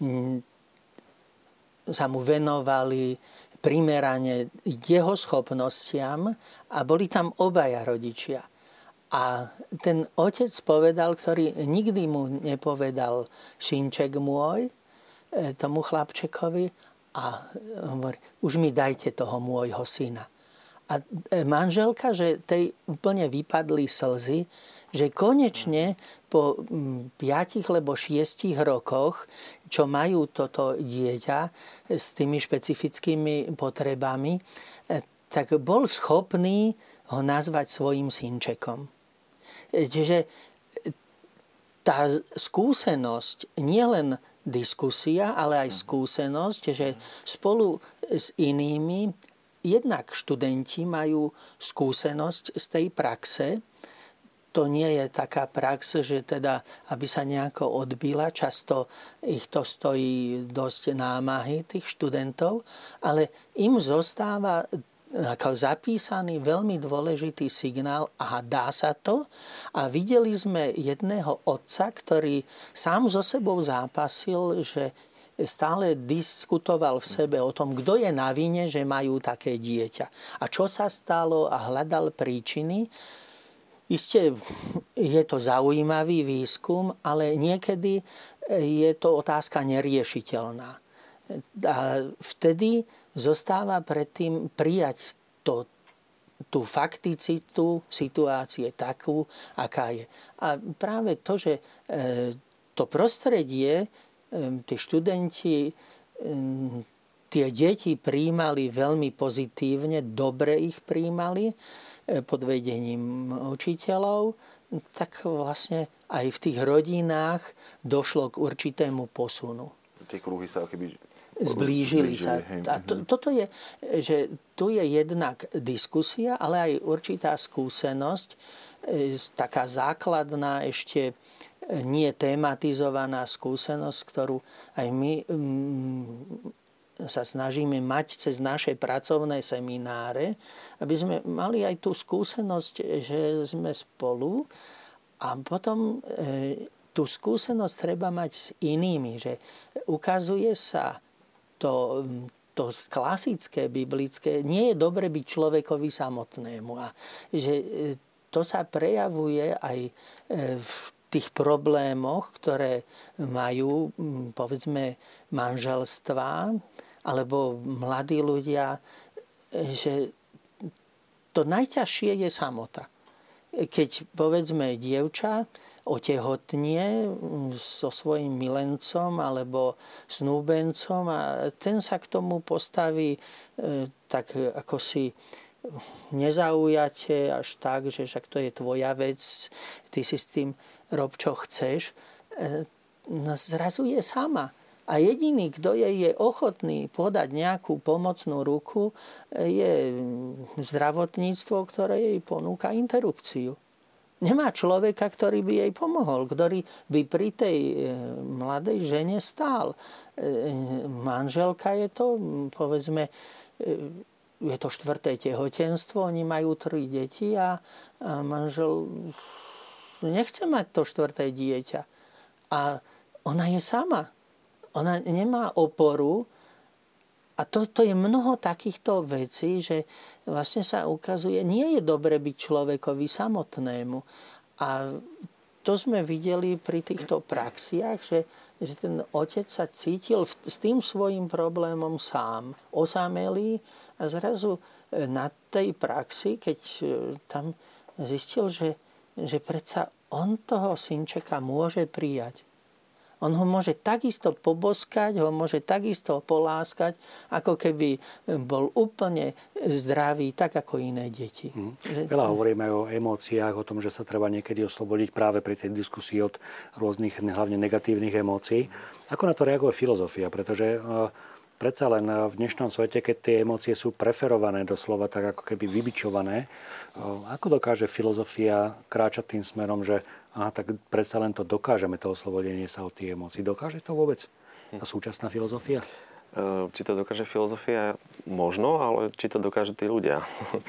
sa mu venovali primerane jeho schopnostiam a boli tam obaja rodičia. A ten otec povedal, ktorý nikdy mu nepovedal synček môj, tomu chlapčekovi, a hovorí, už mi dajte toho môjho syna. A manželka, že tej úplne vypadli slzy, že konečne po piatich alebo šiestich rokoch, čo majú toto dieťa s tými špecifickými potrebami, tak bol schopný ho nazvať svojim synčekom. Čiže tá skúsenosť, nielen diskusia, ale aj skúsenosť, že spolu s inými, jednak študenti majú skúsenosť z tej praxe. To nie je taká prax, že teda, aby sa nejako odbila. Často ich to stojí dosť námahy, tých študentov, ale im zostáva ako zapísaný veľmi dôležitý signál, aha, dá sa to. A videli sme jedného otca, ktorý sám so sebou zápasil, že stále diskutoval v sebe o tom, kto je na vine, že majú také dieťa. A čo sa stalo, a hľadal príčiny. Isté je to zaujímavý výskum, ale niekedy je to otázka neriešiteľná. A vtedy zostáva predtým prijať to, tú fakticitu situácie takú, aká je. A práve to, že to prostredie, tí študenti, tie deti prijímali veľmi pozitívne, dobre ich prijímali pod vedením učiteľov, tak vlastne aj v tých rodinách došlo k určitému posunu. Tie kruhy sa keby zblížili, zblížili sa. A to, toto je, že tu je jednak diskusia, ale aj určitá skúsenosť, taká základná, ešte nie tematizovaná skúsenosť, ktorú aj my sa snažíme mať cez naše pracovné semináre, aby sme mali aj tú skúsenosť, že sme spolu, a potom tú skúsenosť treba mať s inými, že ukazuje sa to, to klasické biblické, nie je dobre byť človekovi samotnému. A že to sa prejavuje aj v tých problémoch, ktoré majú, povedzme, manželstvá, alebo mladí ľudia, že to najťažšie je samota. Keď, povedzme, dievča otehotnie so svojím milencom alebo snúbencom a ten sa k tomu postaví e, tak ako si nezaujate až tak, že však to je tvoja vec, ty si s tým rob, čo chceš. E, no zrazu je sama. A jediný, kto jej je ochotný podať nejakú pomocnú ruku, je zdravotníctvo, ktoré jej ponúka interrupciu. Nemá človeka, ktorý by jej pomohol, ktorý by pri tej mladej žene stál. Manželka je to, povedzme, je to štvrté tehotenstvo, oni majú tri deti a, a manžel nechce mať to štvrté dieťa. A ona je sama. Ona nemá oporu. A to, to je mnoho takýchto vecí, že vlastne sa ukazuje, nie je dobre byť človekovi samotnému. A to sme videli pri týchto praxiach, že, že ten otec sa cítil v, s tým svojím problémom sám, osamelý, a zrazu na tej praxi, keď tam zistil, že, že predsa on toho synčeka môže prijať. On ho môže takisto poboskať, ho môže takisto poláskať, ako keby bol úplne zdravý, tak ako iné deti. Mm. Že... Veľa hovoríme o emóciách, o tom, že sa treba niekedy oslobodiť práve pri tej diskusii od rôznych, hlavne negatívnych emócií. Ako na to reaguje filozofia? Pretože uh, predsa len v dnešnom svete, keď tie emócie sú preferované doslova tak ako keby vybičované, uh, ako dokáže filozofia kráčať tým smerom, že aha, tak predsa len to dokážeme, to oslobodenie sa od tých emócií. Dokáže to vôbec tá súčasná filozofia? Či to dokáže filozofia? Možno, ale či to dokáže tí ľudia?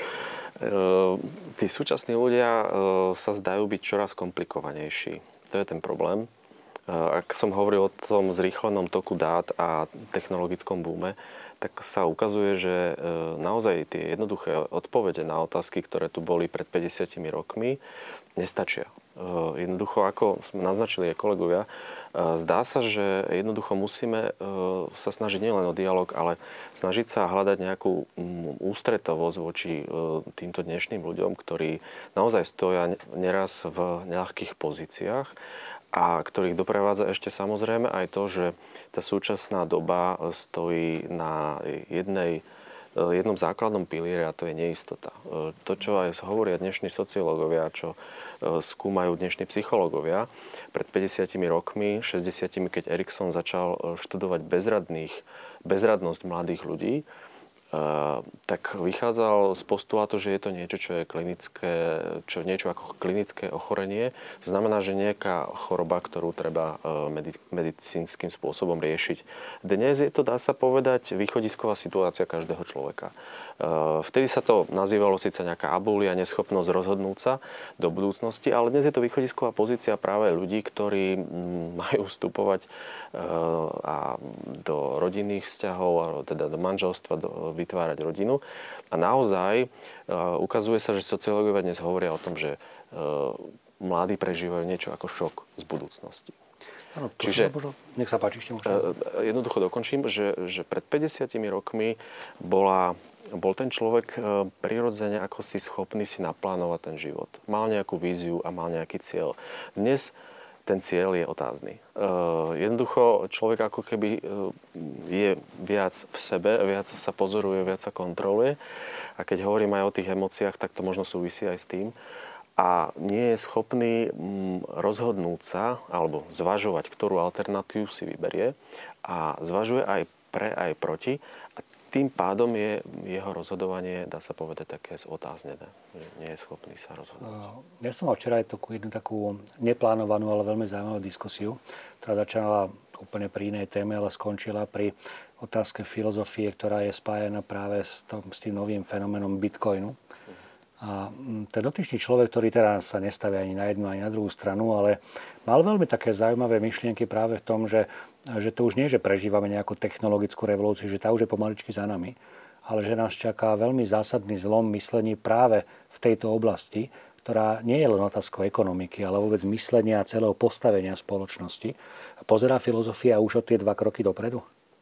Tí súčasní ľudia sa zdajú byť čoraz komplikovanejší. To je ten problém. Ak som hovoril o tom zrýchlenom toku dát a technologickom búme, tak sa ukazuje, že naozaj tie jednoduché odpovede na otázky, ktoré tu boli pred päťdesiatimi rokmi, nestačia. Jednoducho, ako sme naznačili aj kolegovia, zdá sa, že jednoducho musíme sa snažiť nielen o dialog, ale snažiť sa hľadať nejakú ústretovosť voči týmto dnešným ľuďom, ktorí naozaj stoja neraz v neľahkých pozíciách a ktorých doprevádza ešte samozrejme aj to, že tá súčasná doba stojí na jednej jednom základnom piliere, a to je neistota. To, čo aj hovoria dnešní sociológovia, čo skúmajú dnešní psychológovia, pred päťdesiatimi rokmi, šesťdesiatimi, keď Erikson začal študovať bezradných, bezradnosť mladých ľudí, tak vychádzal z postulátu, že je to niečo, čo je klinické, čo niečo ako klinické ochorenie. To znamená, že nejaká choroba, ktorú treba medicínskym spôsobom riešiť. Dnes je to, dá sa povedať, východisková situácia každého človeka. Vtedy sa to nazývalo síce nejaká abúlia, neschopnosť rozhodnúť sa do budúcnosti, ale dnes je to východisková pozícia práve ľudí, ktorí majú vstupovať a do rodinných vzťahov, teda do manželstva, do, vytvárať rodinu. A naozaj ukazuje sa, že sociológovia dnes hovoria o tom, že mladí prežívajú niečo ako šok z budúcnosti. Áno, Čiže, nech sa páči, ešte môžem. Jednoducho dokončím, že, že pred päťdesiatimi rokmi bola, bol ten človek prirodzene ako si schopný si naplánovať ten život. Mal nejakú víziu a mal nejaký cieľ. Dnes ten cieľ je otázny. Jednoducho človek ako keby je viac v sebe, viac sa pozoruje, viac sa kontroluje. A keď hovorím aj o tých emóciách, tak to možno súvisí aj s tým. A nie je schopný rozhodnúť sa alebo zvažovať, ktorú alternatívu si vyberie a zvažuje aj pre, aj proti. A tým pádom je jeho rozhodovanie, dá sa povedať, také otáznené. Nie je schopný sa rozhodnúť. Ja som mal včera aj takú, jednu takú neplánovanú, ale veľmi zaujímavú diskusiu, ktorá začala úplne pri inej téme, ale skončila pri otázke filozofie, ktorá je spájana práve s, tom, s tým novým fenoménom Bitcoinu. A ten dotyčný človek, ktorý teda sa nestavia ani na jednu, ani na druhú stranu, ale mal veľmi také zaujímavé myšlienky práve v tom, že, že to už nie, že prežívame nejakú technologickú revolúciu, že tá už je pomaličky za nami, ale že nás čaká veľmi zásadný zlom myslení práve v tejto oblasti, ktorá nie je len otázkou ekonomiky, ale vôbec myslenia a celého postavenia spoločnosti. Pozerá filozofia už o tie dva kroky dopredu?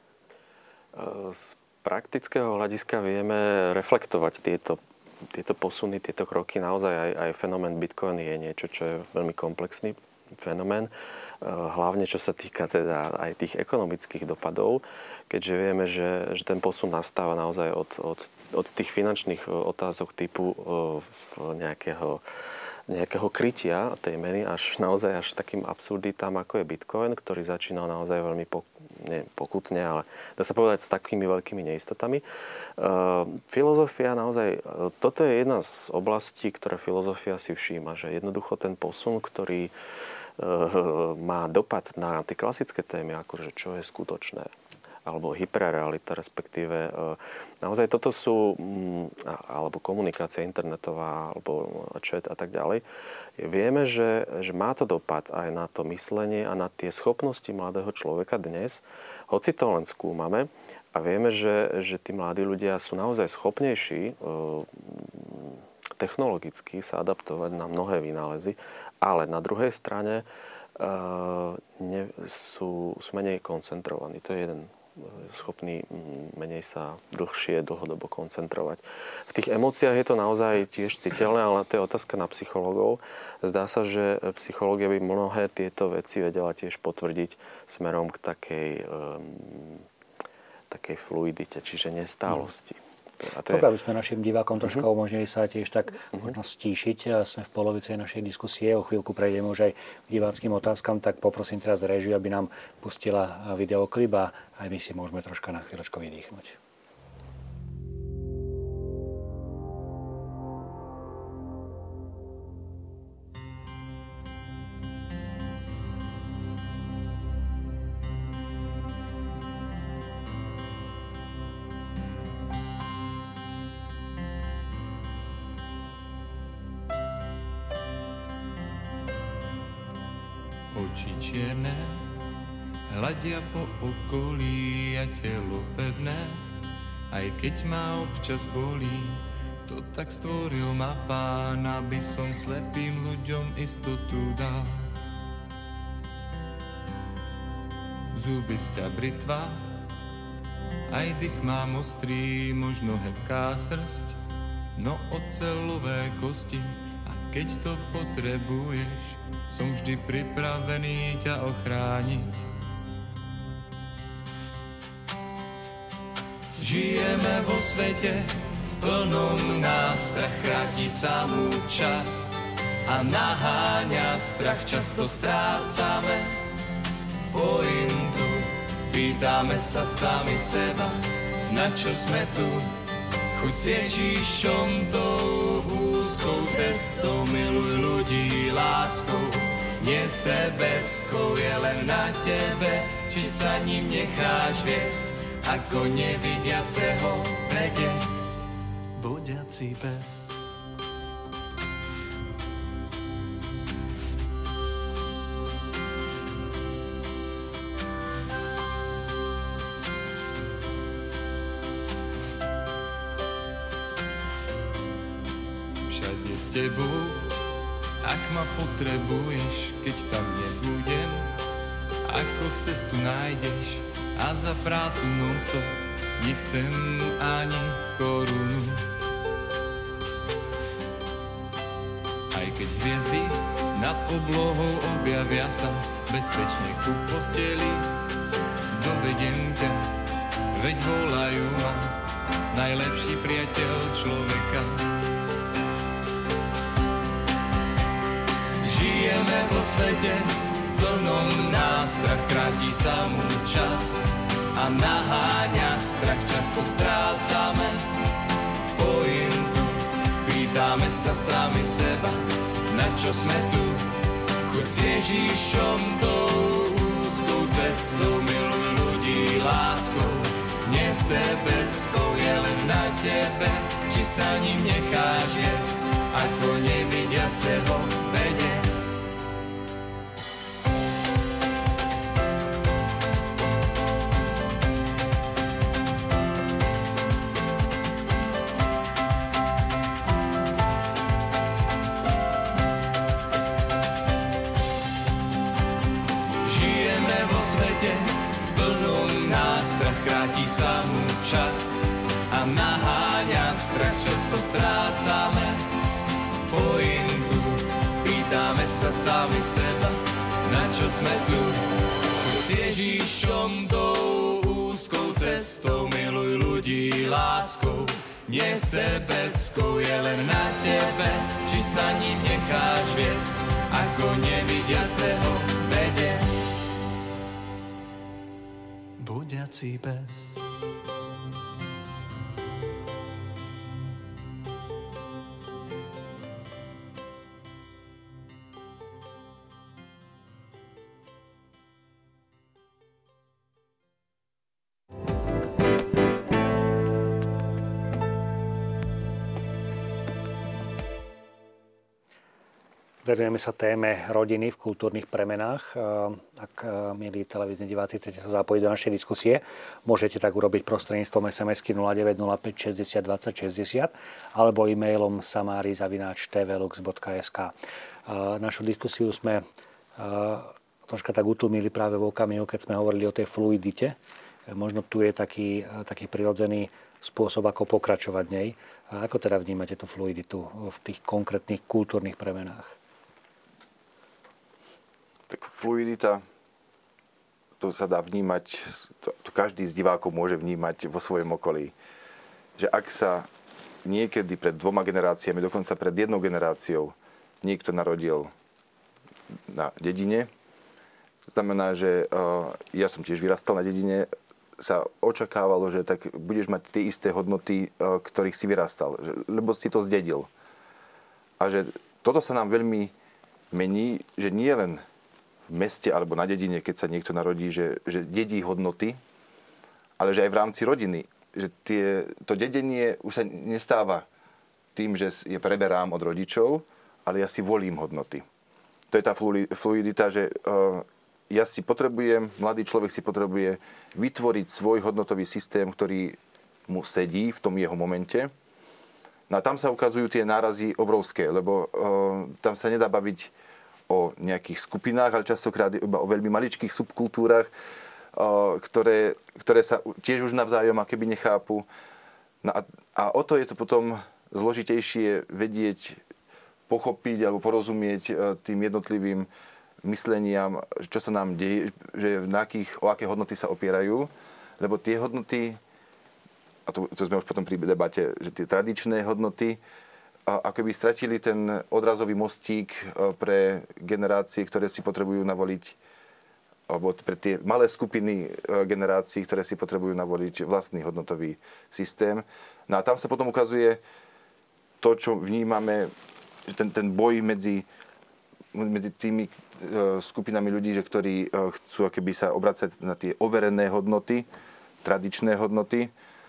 Z praktického hľadiska vieme reflektovať tieto tieto posuny, tieto kroky. Naozaj aj, aj fenomén Bitcoin je niečo, čo je veľmi komplexný fenomén. Hlavne čo sa týka teda aj tých ekonomických dopadov, keďže vieme, že, že ten posun nastáva naozaj od, od, od tých finančných otázok typu nejakého, nejakého krytia tej meny až naozaj až takým absurditám, ako je Bitcoin, ktorý začínal naozaj veľmi po, nie pokutne, ale dá sa povedať s takými veľkými neistotami. Uh, filozofia naozaj, uh, toto je jedna z oblastí, ktoré filozofia si všíma, že jednoducho ten posun, ktorý uh, má dopad na tie klasické témy, akože čo je skutočné, alebo hyperrealita, respektíve naozaj toto sú, alebo komunikácia internetová, alebo chat a tak ďalej. Vieme, že, že má to dopad aj na to myslenie a na tie schopnosti mladého človeka dnes, hoci to len skúmame a vieme, že, že tí mladí ľudia sú naozaj schopnejší technologicky sa adaptovať na mnohé vynálezy, ale na druhej strane ne, sú, sú menej koncentrovaní. To je jeden schopní menej sa dlhšie, dlhodobo koncentrovať. V tých emóciách je to naozaj tiež citeľné, ale to je otázka na psychológov. Zdá sa, že psychológia by mnohé tieto veci vedela tiež potvrdiť smerom k takej, um, takej fluidite, čiže nestálosti. A to je... Aby sme našim divákom troška uh-huh. umožnili sa tiež tak uh-huh. možno stíšiť. Sme v polovici našej diskusie, o chvíľku prejdeme už aj k diváckym otázkam, tak poprosím teraz režiu, aby nám pustila videoklip a aj my si môžeme troška na chvíľočku vydýchnuť. Oči čierne hľadia po okolí a telo pevné, aj keď ma občas bolí. To tak stvoril ma Pán, aby som slepým ľuďom istotu dal. Zubisťa britva, aj dých mám ostrý, možno hebká srst, no oceľové kosti. Keď to potrebuješ, som vždy pripravený ťa ochrániť. Žijeme vo svete plnom nástrach, kráti samú čas a naháňa strach, často strácame pointu. Pýtame sa sami seba, na čo sme tu. Chuť s Ježišom tou úzkou cestou, miluj ľudí láskou, nesebeckou, je len na tebe, či sa ním necháš viesť, ako nevidiaceho vedie bodiaci pes. S tebou, ak ma potrebuješ, keď tam nebudem, ako cestu nájdeš a za prácu non-stop nechcem ani korunu. Aj keď hviezdy nad oblohou objavia sa bezpečne ku posteli, dovedem ťa, veď volajú ma najlepší priateľ človeka. Žijeme vo svete plnom nástrach, kráti samú čas a naháňa strach, často strácame pointu. Pýtame sa sami seba, na čo sme tu. Chuť s Ježišom tou úzkou cestou, miluj ľudí láskou, nesebeckou, je len na tebe, či sa ním necháš viesť, ako nevidiaceho vedie. Samú čas a naháňa strach, často strácame pointu. Pýtame sa sami seba, na čo sme tu. S Ježišom tou úzkou cestou, miluj ľudí láskou, nesebeckou, je len na tebe, či sa ním necháš viesť, ako nevidiaceho vedie bodiaci pes. Venujeme sa téme rodiny v kultúrnych premenách. Ak, milí televízni diváci, chcete sa zapojiť do našej diskusie, môžete tak urobiť prostredníctvom es em esky nula deväť nula päť šesťdesiat dvadsať šesťdesiat alebo e-mailom samári zavináč té vé lux bodka es ká. Našu diskusiu sme troška tak utlmili práve v okamihu, keď sme hovorili o tej fluidite Možno tu je taký, taký prirodzený spôsob, ako pokračovať nej. A ako teda vnímate tú fluiditu v tých konkrétnych kultúrnych premenách? Tak fluidita, to sa dá vnímať, to, to každý z divákov môže vnímať vo svojom okolí. Že ak sa niekedy pred dvoma generáciami, dokonca pred jednou generáciou niekto narodil na dedine, znamená, že uh, ja som tiež vyrastal na dedine, sa očakávalo, že tak budeš mať tie isté hodnoty, uh, ktorých si vyrastal, že, lebo si to zdedil. A že toto sa nám veľmi mení, že nie len v meste alebo na dedine, keď sa niekto narodí, že, že dedí hodnoty, ale že aj v rámci rodiny. Že tie, to dedenie už sa nestáva tým, že je preberám od rodičov, ale ja si volím hodnoty. To je tá fluidita, že uh, ja si potrebujem, mladý človek si potrebuje vytvoriť svoj hodnotový systém, ktorý mu sedí v tom jeho momente. No a tam sa ukazujú tie nárazy obrovské, lebo uh, tam sa nedá baviť o nejakých skupinách, ale častokrát iba o veľmi maličkých subkultúrach, ktoré, ktoré sa tiež už navzájom akoby nechápu. No a, a o to je to potom zložitejšie vedieť, pochopiť alebo porozumieť tým jednotlivým mysleniam, čo sa nám deje, že na akých, o aké hodnoty sa opierajú. Lebo tie hodnoty, a to, to sme už potom pri debate, že tie tradičné hodnoty ako by stratili ten odrazový mostík pre generácie, ktoré si potrebujú navoliť, alebo pre tie malé skupiny generácií, ktoré si potrebujú navoliť vlastný hodnotový systém. No a tam sa potom ukazuje to, čo vnímame, že ten, ten boj medzi, medzi tými skupinami ľudí, že ktorí chcú akoby sa obracať na tie overené hodnoty, tradičné hodnoty,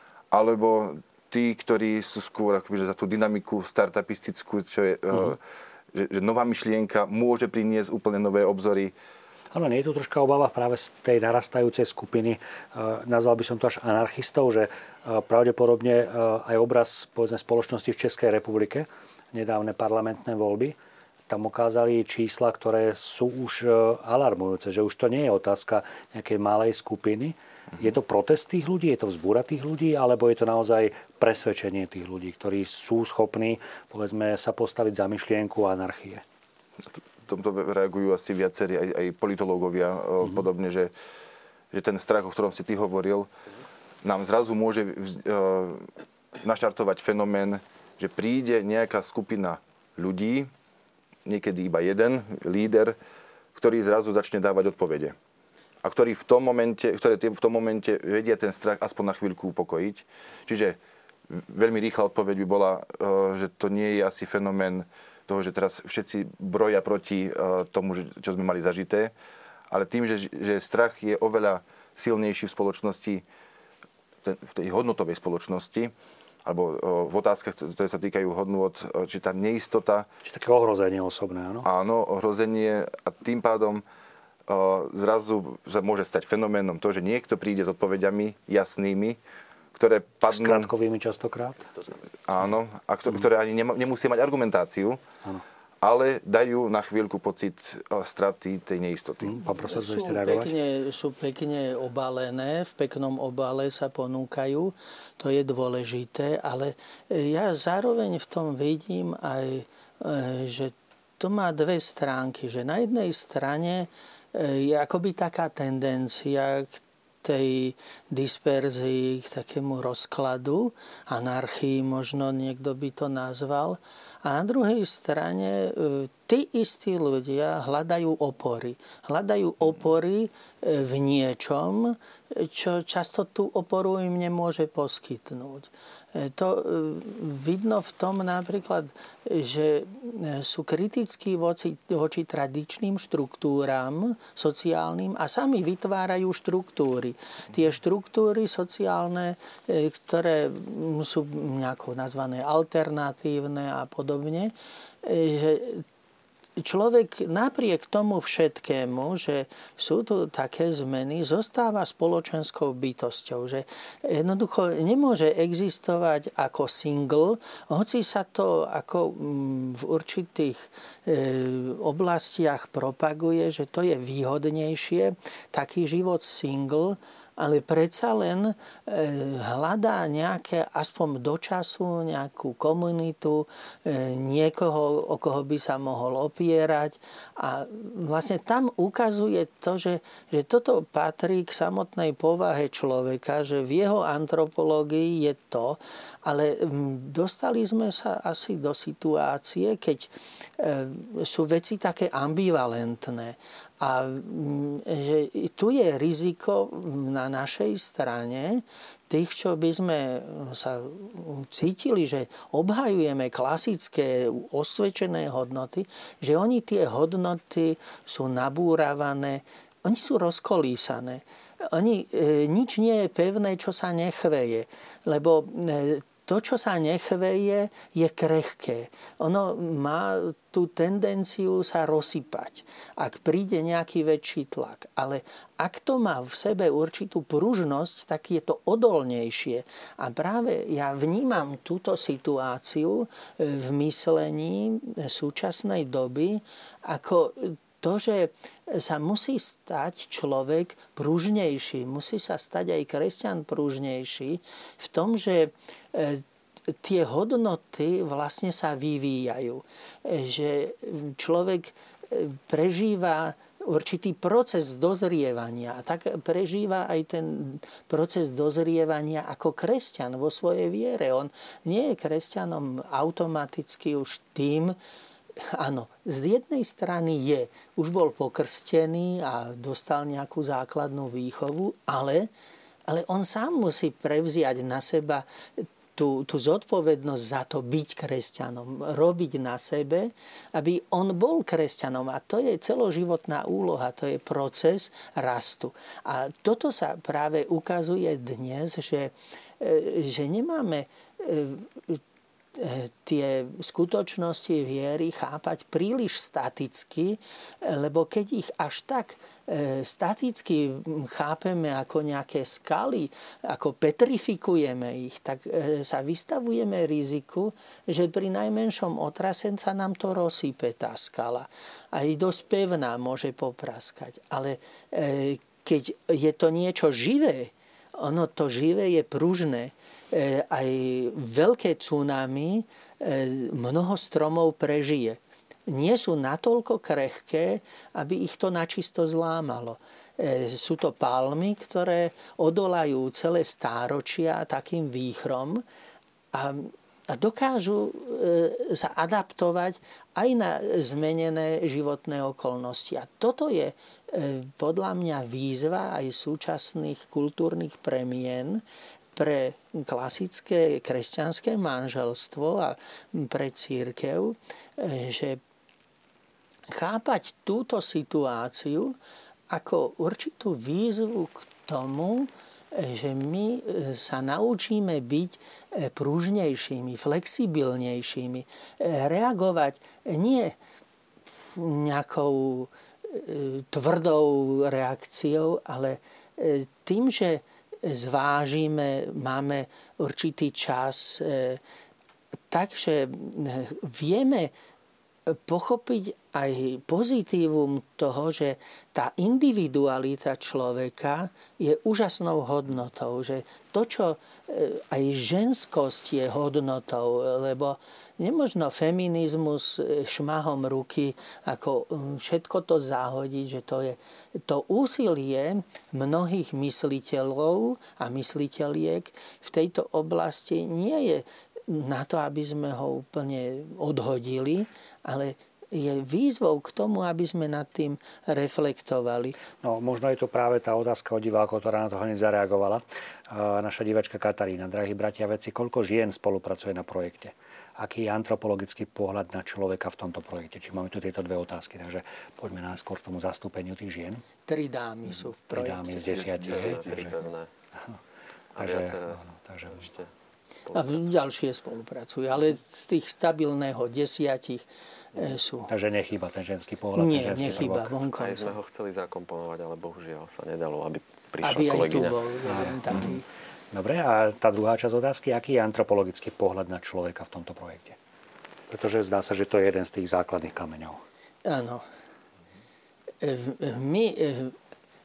alebo tí, ktorí sú skôr akoby, za tú dynamiku startupistickú, čo je, uh-huh. že, že nová myšlienka môže priniesť úplne nové obzory. Áno, nie je tu troška obava práve z tej narastajúcej skupiny. Uh, nazval by som to až anarchistov, že uh, pravdepodobne uh, aj obraz povedzme, spoločnosti v Českej republike, nedávne parlamentné voľby, tam ukázali čísla, ktoré sú už uh, alarmujúce, že už to nie je otázka nejakej malej skupiny. Je to protest tých ľudí, je to vzbúra tých ľudí, alebo je to naozaj presvedčenie tých ľudí, ktorí sú schopní, povedzme, sa postaviť za myšlienku anarchie? V tomto reagujú asi viacerí, aj, aj politológovia mm-hmm. podobne, že, že ten strach, o ktorom si ty hovoril, nám zrazu môže uh, naštartovať fenomén, že príde nejaká skupina ľudí, niekedy iba jeden líder, ktorý zrazu začne dávať odpovede. A ktorí v tom momente, ktoré v tom momente vedia ten strach aspoň na chvíľku upokojiť. Čiže veľmi rýchla odpoveď by bola, že to nie je asi fenomén toho, že teraz všetci broja proti tomu, čo sme mali zažité, ale tým, že, že strach je oveľa silnejší v spoločnosti, v tej hodnotovej spoločnosti, alebo v otázkach, ktoré sa týkajú hodnôt, či tá neistota... Či také ohrozenie osobné, áno? Áno, ohrozenie a tým pádom zrazu sa môže stať fenoménom to, že niekto príde s odpovediami jasnými, ktoré padnú... Skratkovými častokrát. Áno, a ktoré ani nemusia mať argumentáciu, áno. Ale dajú na chvíľku pocit straty tej neistoty. Hmm, pán profesor, sú, ešte reagovať? pekne, sú pekne obalené, v peknom obale sa ponúkajú, to je dôležité, ale ja zároveň v tom vidím aj, že to má dve stránky, že na jednej strane je akoby taká tendencia k tej disperzii, k takému rozkladu, anarchii možno niekto by to nazval. A na druhej strane tí istí ľudia hľadajú opory. Hľadajú opory v niečom, čo často tú oporu im nemôže poskytnúť. To vidno v tom napríklad, že sú kritickí voči, voči tradičným štruktúram sociálnym a sami vytvárajú štruktúry. Tie štruktúry sociálne, ktoré sú nejako nazvané alternatívne a podobne, že človek napriek tomu všetkému, že sú tu také zmeny, zostáva spoločenskou bytosťou. Že jednoducho nemôže existovať ako single, hoci sa to ako v určitých oblastiach propaguje, že to je výhodnejšie, taký život single, ale predsa len hľadá nejaké, aspoň do času, nejakú komunitu, niekoho, o koho by sa mohol opierať. A vlastne tam ukazuje to, že, že toto patrí k samotnej povahe človeka, že v jeho antropológii je to, ale dostali sme sa asi do situácie, keď sú veci také ambivalentné. A že tu je riziko na našej strane tých, čo by sme sa cítili, že obhajujeme klasické osvedčené hodnoty, že oni tie hodnoty sú nabúravané, oni sú rozkolísané. Oni, e, nič nie je pevné, čo sa nechveje, lebo e, to, čo sa nechveje, je krehké. Ono má tú tendenciu sa rozsypať, ak príde nejaký väčší tlak. Ale ak to má v sebe určitú pružnosť, tak je to odolnejšie. A práve ja vnímam túto situáciu v myslení súčasnej doby ako to, že sa musí stať človek pružnejší, musí sa stať aj kresťan pružnejší v tom, že tie hodnoty vlastne sa vyvíjajú. Že človek prežíva určitý proces dozrievania a tak prežíva aj ten proces dozrievania ako kresťan vo svojej viere. On nie je kresťanom automaticky už tým, áno, z jednej strany je, už bol pokrstený a dostal nejakú základnú výchovu, ale, ale on sám musí prevziať na seba tú, tú zodpovednosť za to byť kresťanom, robiť na sebe, aby on bol kresťanom. A to je celoživotná úloha, to je proces rastu. A toto sa práve ukazuje dnes, že, že nemáme tie skutočnosti viery chápať príliš staticky, lebo keď ich až tak staticky chápeme ako nejaké skaly, ako petrifikujeme ich, tak sa vystavujeme riziku, že pri najmenšom otrase sa nám to rozsype tá skala. Aj dosť pevná môže popraskať. Ale keď je to niečo živé, ono to živé je pružné. Aj veľké tsunami mnoho stromov prežije. Nie sú natoľko krehké, aby ich to načisto zlámalo. Sú to palmy, ktoré odolajú celé stáročia takým výchrom a a dokážu sa adaptovať aj na zmenené životné okolnosti. A toto je podľa mňa výzva aj súčasných kultúrnych premien pre klasické kresťanské manželstvo a pre cirkev, že chápať túto situáciu ako určitú výzvu k tomu, že my sa naučíme byť pružnejšími, flexibilnejšími, reagovať nie nejakou tvrdou reakciou, ale tým, že zvážime, máme určitý čas, takže vieme pochopiť aj pozitívum toho, že tá individualita človeka je úžasnou hodnotou. Že to, čo aj ženskosť je hodnotou, lebo nemožno feminizmus šmahom ruky ako všetko to zahodiť, že to je to úsilie mnohých mysliteľov a mysliteľiek v tejto oblasti nie je na to, aby sme ho úplne odhodili, ale je výzvou k tomu, aby sme nad tým reflektovali. No, možno je to práve tá otázka od divákov, ktorá na to hneď zareagovala. Naša diváčka Katarína. Drahí bratia vedci, koľko žien spolupracuje na projekte? Aký je antropologický pohľad na človeka v tomto projekte? Či máme tu tieto dve otázky, takže poďme náskôr k tomu zastúpeniu tých žien. Tri dámy sú v projekte. Tri dámy z desiatich. Takže, takže ešte... A ďalšie spolupracujú, ale z tých stabilného desiatich e, sú. Takže nechýba ten ženský pohľad. Nie, ten ženský nechýba. Aj sme ho chceli zakomponovať, ale bohužiaľ sa nedalo, aby prišla aby kolegyňa. Aby aj tu bol jeden taký. Dobre, a tá druhá časť otázky, aký je antropologický pohľad na človeka v tomto projekte? Pretože zdá sa, že to je jeden z tých základných kameňov. Áno. My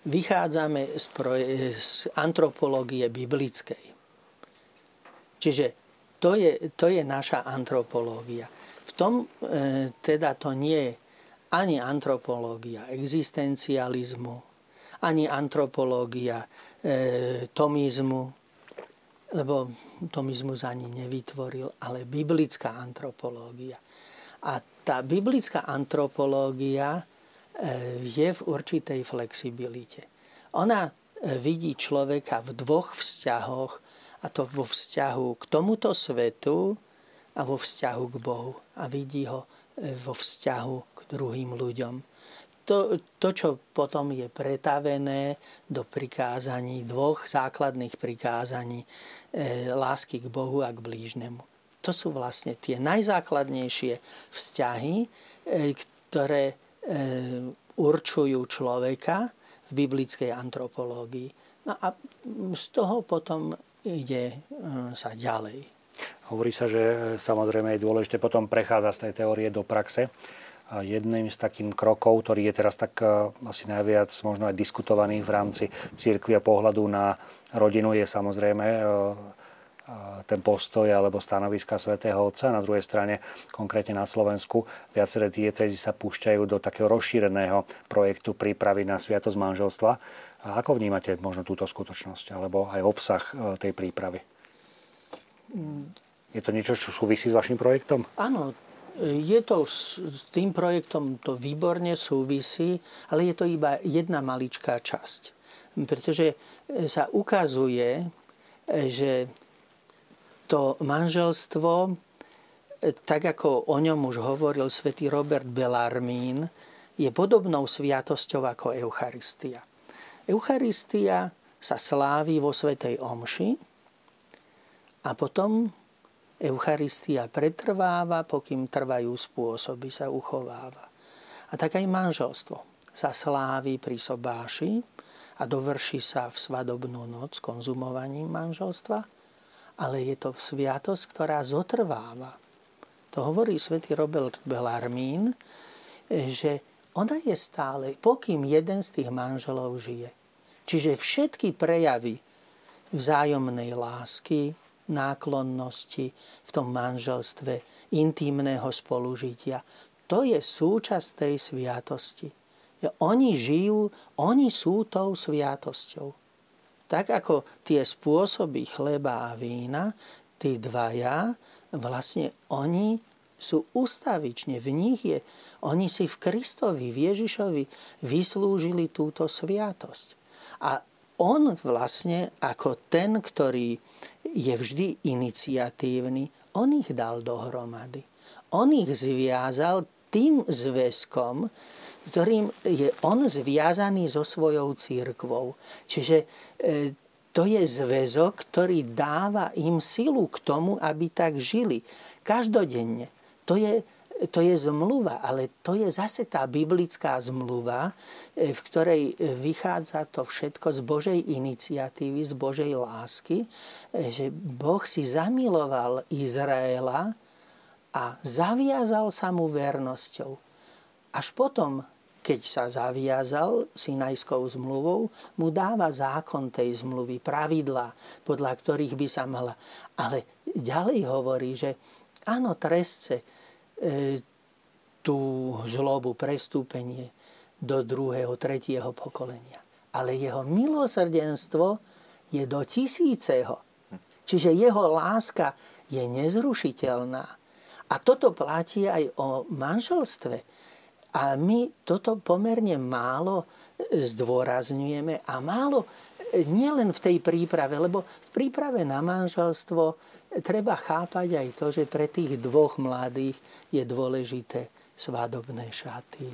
vychádzame z, proje- z antropológie biblickej. Čiže to je, to je naša antropológia. V tom e, teda to nie je ani antropológia existencializmu, ani antropológia e, tomizmu, lebo tomizmus ani nevytvoril, ale biblická antropológia. A tá biblická antropológia je v určitej flexibilite. Ona vidí človeka v dvoch vzťahoch, a to vo vzťahu k tomuto svetu a vo vzťahu k Bohu. A vidí ho vo vzťahu k druhým ľuďom. To, to čo potom je pretavené do prikázaní, dvoch základných prikázaní, e, lásky k Bohu a k blížnemu. To sú vlastne tie najzákladnejšie vzťahy, e, ktoré určujú človeka v biblickej antropológii. No a z toho potom ide sa ďalej. Hovorí sa, že samozrejme je dôležité potom prechádzať z tej teórie do praxe. A jedným z takým krokov, ktorý je teraz tak asi najviac možno aj diskutovaný v rámci cirkvi a pohľadu na rodinu, je samozrejme ten postoj alebo stanoviska svätého Otca. Na druhej strane, konkrétne na Slovensku, viaceré diecézy sa púšťajú do takého rozšíreného projektu prípravy na sviatosť manželstva. A ako vnímate možno túto skutočnosť alebo aj obsah tej prípravy? Je to niečo, čo súvisí s vašim projektom? Áno, je to s tým projektom, to výborne súvisí, ale je to iba jedna maličká časť. Pretože sa ukazuje, že to manželstvo, tak ako o ňom už hovoril svätý Robert Bellarmín, je podobnou sviatosťou ako Eucharistia. Eucharistia sa slávi vo svätej omši a potom Eucharistia pretrváva, pokým trvajú spôsoby, sa uchováva. A tak aj manželstvo sa slávi pri sobáši a dovrší sa v svadobnú noc konzumovaním manželstva, ale je to sviatosť, ktorá zotrváva. To hovorí svätý Robert Bellarmín, že ona je stále, pokým jeden z tých manželov žije. Čiže všetky prejavy vzájomnej lásky, náklonnosti v tom manželstve, intimného spolužitia, to je súčasť tej sviatosti. Oni žijú, oni sú tou sviatosťou. Tak ako tie spôsoby chleba a vína, tí dvaja, vlastne oni sú ustavične, v nich je, oni si v Kristovi, v Ježišovi vyslúžili túto sviatosť. A on vlastne ako ten, ktorý je vždy iniciatívny, on ich dal dohromady. On ich zviazal tým zväzkom, ktorým je on zviazaný so svojou cirkvou. Čiže e, to je zväzok, ktorý dáva im silu k tomu, aby tak žili. Každodenne. To je, to je zmluva, ale to je zase tá biblická zmluva, e, v ktorej vychádza to všetko z Božej iniciatívy, z Božej lásky, e, že Boh si zamiloval Izraela a zaviazal sa mu vernosťou. Až potom, keď sa zaviazal Sinajskou zmluvou, mu dáva zákon tej zmluvy, pravidlá, podľa ktorých by sa mala. Ale ďalej hovorí, že áno, trestce e, tú zlobu, prestúpenie do druhého, tretieho pokolenia. Ale jeho milosrdenstvo je do tisíceho. Čiže jeho láska je nezrušiteľná. A toto platí aj o manželstve. A my toto pomerne málo zdôrazňujeme a málo nielen v tej príprave, lebo v príprave na manželstvo treba chápať aj to, že pre tých dvoch mladých je dôležité svadobné šaty,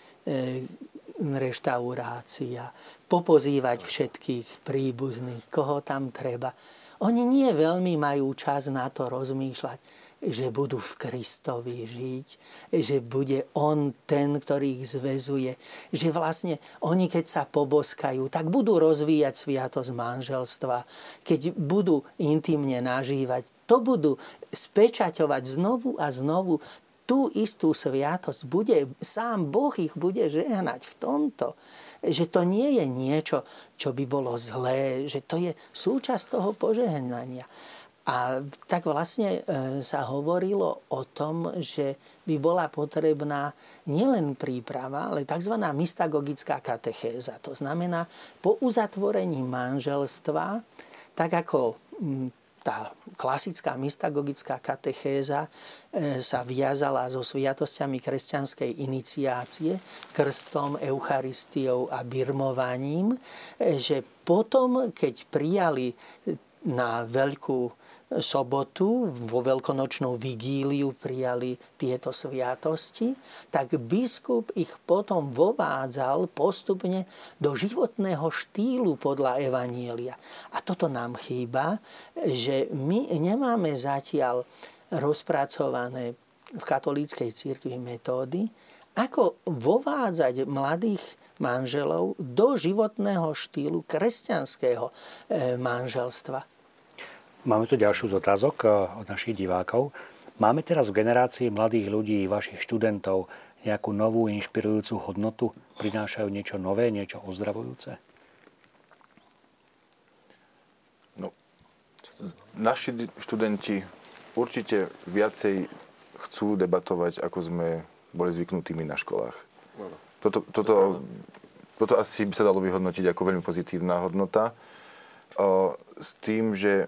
reštaurácia, popozývať všetkých príbuzných, koho tam treba. Oni nie veľmi majú čas na to rozmýšľať, že budú v Kristovi žiť, že bude on ten, ktorý ich zväzuje, že vlastne oni, keď sa poboskajú, tak budú rozvíjať sviatosť manželstva. Keď budú intimne nažívať, to budú spečaťovať znovu a znovu tú istú sviatosť bude, sám Boh ich bude žehnať v tomto. Že to nie je niečo, čo by bolo zlé, že to je súčasť toho požehnania. A tak vlastne sa hovorilo o tom, že by bola potrebná nielen príprava, ale tzv. Mystagogická katechéza. To znamená, po uzatvorení manželstva, tak ako tá klasická mystagogická katechéza sa viazala so sviatosťami kresťanskej iniciácie, krstom, eucharistiou a birmovaním, že potom, keď prijali na veľkú sobotu, vo veľkonočnú vigíliu prijali tieto sviatosti, tak biskup ich potom vovádzal postupne do životného štýlu podľa evanjelia. A toto nám chýba, že my nemáme zatiaľ rozpracované v katolíckej cirkvi metódy, ako vovádzať mladých manželov do životného štýlu kresťanského manželstva. Máme tu ďalšiu z otázok od našich divákov. Máme teraz v generácii mladých ľudí, vašich študentov, nejakú novú inšpirujúcu hodnotu? Prinášajú niečo nové, niečo ozdravujúce? No, naši študenti určite viacej chcú debatovať, ako sme boli zvyknutí my na školách. Toto, toto, toto asi by sa dalo vyhodnotiť ako veľmi pozitívna hodnota. O, s tým, že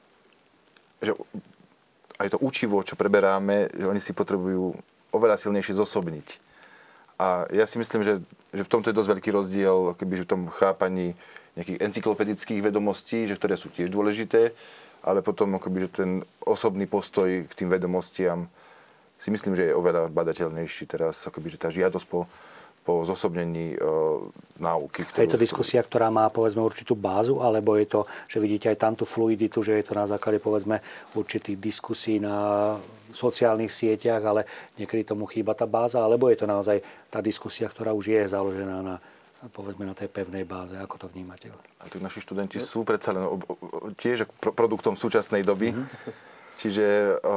že aj to učivo, čo preberáme, že oni si potrebujú oveľa silnejšie zosobniť. A ja si myslím, že, že v tomto je dosť veľký rozdiel keby, v tom chápaní nejakých encyklopedických vedomostí, že ktoré sú tiež dôležité, ale potom akoby, že ten osobný postoj k tým vedomostiam si myslím, že je oveľa badateľnejší teraz, akoby, že tá žiadosť po po zosobnení e, náuky. Je to diskusia, ktorá má, povedzme, určitú bázu, alebo je to, že vidíte aj tam tú fluiditu, že je to na základe, povedzme, určitých diskusí na sociálnych sieťach, ale niekedy tomu chýba tá báza, alebo je to naozaj tá diskusia, ktorá už je založená na, povedzme, na tej pevnej báze. Ako to vnímate? A tí naši študenti sú predsa len tiež produktom súčasnej doby. Mm-hmm. Čiže e,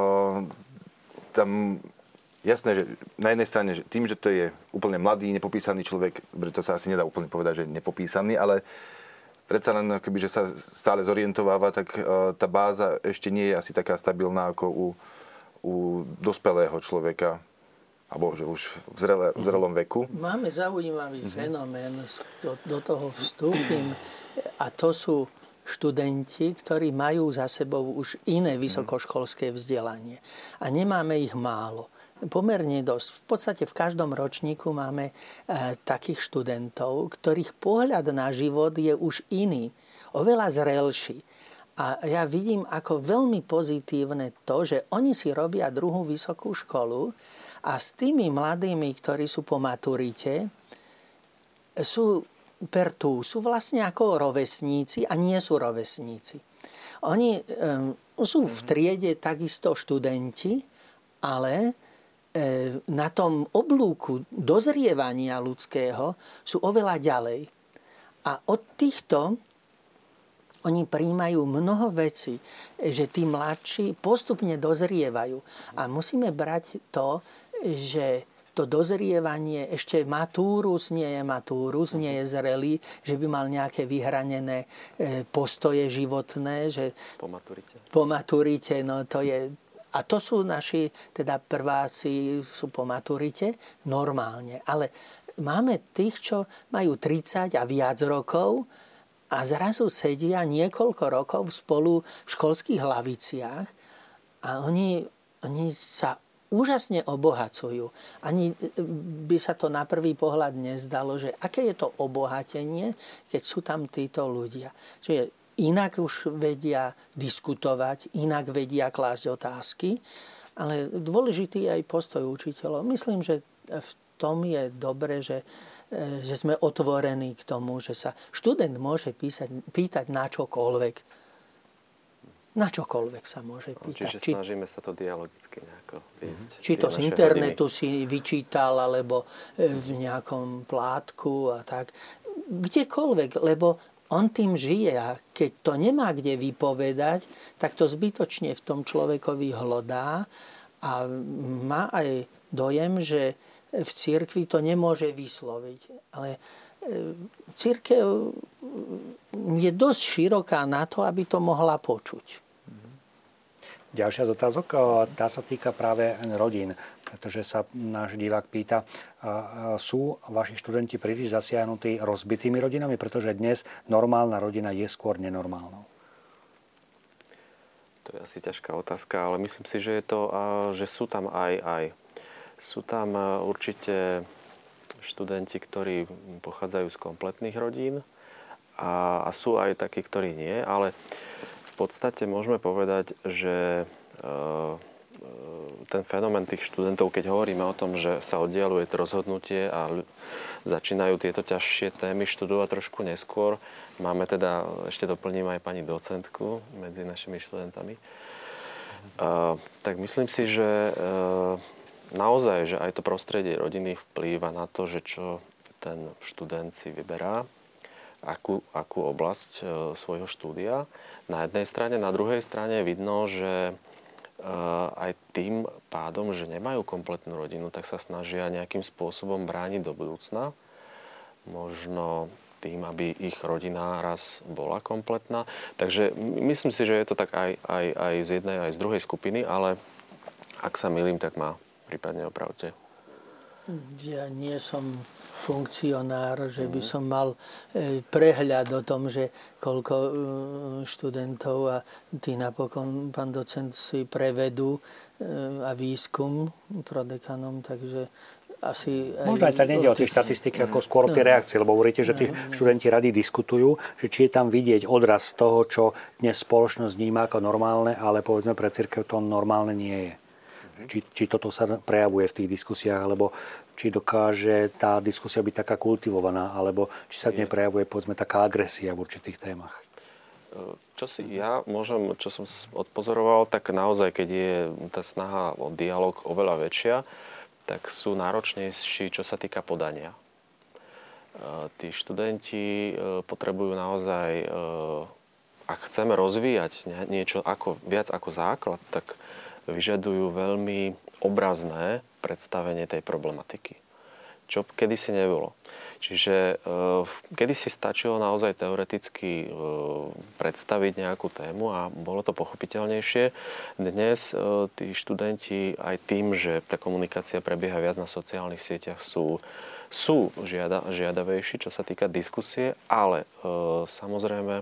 tam... Jasné, že na jednej strane, že tým, že to je úplne mladý, nepopísaný človek, to sa asi nedá úplne povedať, že nepopísaný, ale predsa len, keby, že sa stále zorientováva, tak tá báza ešte nie je asi taká stabilná ako u, u dospelého človeka, alebo že už v, zrele, v zrelom veku. Máme zaujímavý mm-hmm. fenomén, do, do toho vstúpim, a to sú študenti, ktorí majú za sebou už iné vysokoškolské vzdelanie. A nemáme ich málo. Pomerne dosť. V podstate v každom ročníku máme e, takých študentov, ktorých pohľad na život je už iný, oveľa zrelší. A ja vidím ako veľmi pozitívne to, že oni si robia druhú vysokú školu a s tými mladými, ktorí sú po maturite, sú per tú, sú vlastne ako rovesníci a nie sú rovesníci. Oni e, sú v triede takisto študenti, ale na tom oblúku dozrievania ľudského sú oveľa ďalej. A od týchto oni prijímajú mnoho vecí, že tí mladší postupne dozrievajú. A musíme brať to, že to dozrievanie ešte matúrus nie je matúrus, nie je zrelý, že by mal nejaké vyhranené postoje životné. Že po maturite. Po maturite, no to je... A to sú naši, teda prváci, sú po maturite normálne. Ale máme tých, čo majú tridsať a viac rokov a zrazu sedia niekoľko rokov spolu v školských laviciach a oni, oni sa úžasne obohacujú. Ani by sa to na prvý pohľad nezdalo, že aké je to obohatenie, keď sú tam títo ľudia. Čiže inak už vedia diskutovať, inak vedia klásť otázky, ale dôležitý je aj postoj učiteľov. Myslím, že v tom je dobre, že, že sme otvorení k tomu, že sa študent môže písať, pýtať na čokoľvek. Na čokoľvek sa môže pýtať. Čiže či, snažíme sa to dialogicky nejako viesť. Či to z internetu hodiny si vyčítal, alebo v nejakom plátku a tak. Kdekoľvek, lebo on tým žije a keď to nemá kde vypovedať, tak to zbytočne v tom človekovi hlodá A má aj dojem, že v cirkvi to nemôže vysloviť. Ale cirkev je dosť široká na to, aby to mohla počuť. Ďalšia z otázok, tá sa týka práve rodín, pretože sa náš divák pýta, sú vaši študenti príliš zasiahnutí rozbitými rodinami, pretože dnes normálna rodina je skôr nenormálnou. To je asi ťažká otázka, ale myslím si, že je to, že sú tam aj aj. Sú tam určite študenti, ktorí pochádzajú z kompletných rodín a, a sú aj takí, ktorí nie, ale v podstate môžeme povedať, že e, ten fenomén tých študentov, keď hovoríme o tom, že sa oddialuje to rozhodnutie a ľu- začínajú tieto ťažšie témy študovať trošku neskôr, máme teda, ešte doplním aj pani docentku medzi našimi študentami, e, tak myslím si, že e, naozaj, že aj to prostredie rodiny vplýva na to, že čo ten študent si vyberá, akú, akú oblasť e, svojho štúdia. Na jednej strane, na druhej strane vidno, že e, aj tým pádom, že nemajú kompletnú rodinu, tak sa snažia nejakým spôsobom brániť do budúcna. Možno tým, aby ich rodina raz bola kompletná. Takže myslím si, že je to tak aj, aj, aj z jednej, aj z druhej skupiny, ale ak sa milím, tak má prípadne opravte. Ja nie som funkcionár, že by som mal prehľad o tom, že koľko študentov a tí napokon, pán docent, si prevedú a výskum prodekanom, takže asi... Možno aj tak nejde o tie štatistiky, ako skôr o tie reakcie, lebo hovoríte, že tí študenti radi diskutujú, že či je tam vidieť odraz toho, čo dnes spoločnosť vníma ako normálne, ale povedzme pre cirkev to normálne nie je. Či, či toto sa prejavuje v tých diskusiách, alebo či dokáže tá diskusia byť taká kultivovaná, alebo či sa v nej prejavuje, povedzme, taká agresia v určitých témach. Čo si ja môžem, čo som odpozoroval, tak naozaj, keď je tá snaha o dialog oveľa väčšia, tak sú náročnejší, čo sa týka podania. Tí študenti potrebujú naozaj, ak chceme rozvíjať niečo ako, viac ako základ, tak vyžadujú veľmi obrazné predstavenie tej problematiky, čo kedysi nebolo. Čiže e, kedysi stačilo naozaj teoreticky e, predstaviť nejakú tému a bolo to pochopiteľnejšie. Dnes e, tí študenti aj tým, že tá komunikácia prebieha viac na sociálnych sieťach, sú, sú žiada, žiadavejší, čo sa týka diskusie, ale e, samozrejme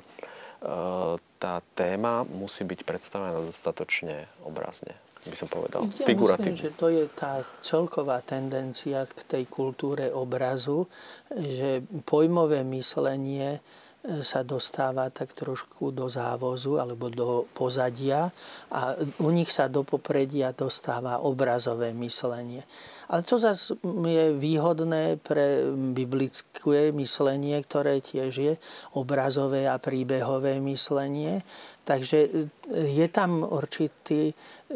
tá téma musí byť predstavená dostatočne obrazne, by som povedal. Ja myslím, že to je tá celková tendencia k tej kultúre obrazu, že pojmové myslenie sa dostáva tak trošku do závozu alebo do pozadia a u nich sa do popredia dostáva obrazové myslenie. Ale to zase je výhodné pre biblické myslenie, ktoré tiež je obrazové a príbehové myslenie. Takže je tam určitý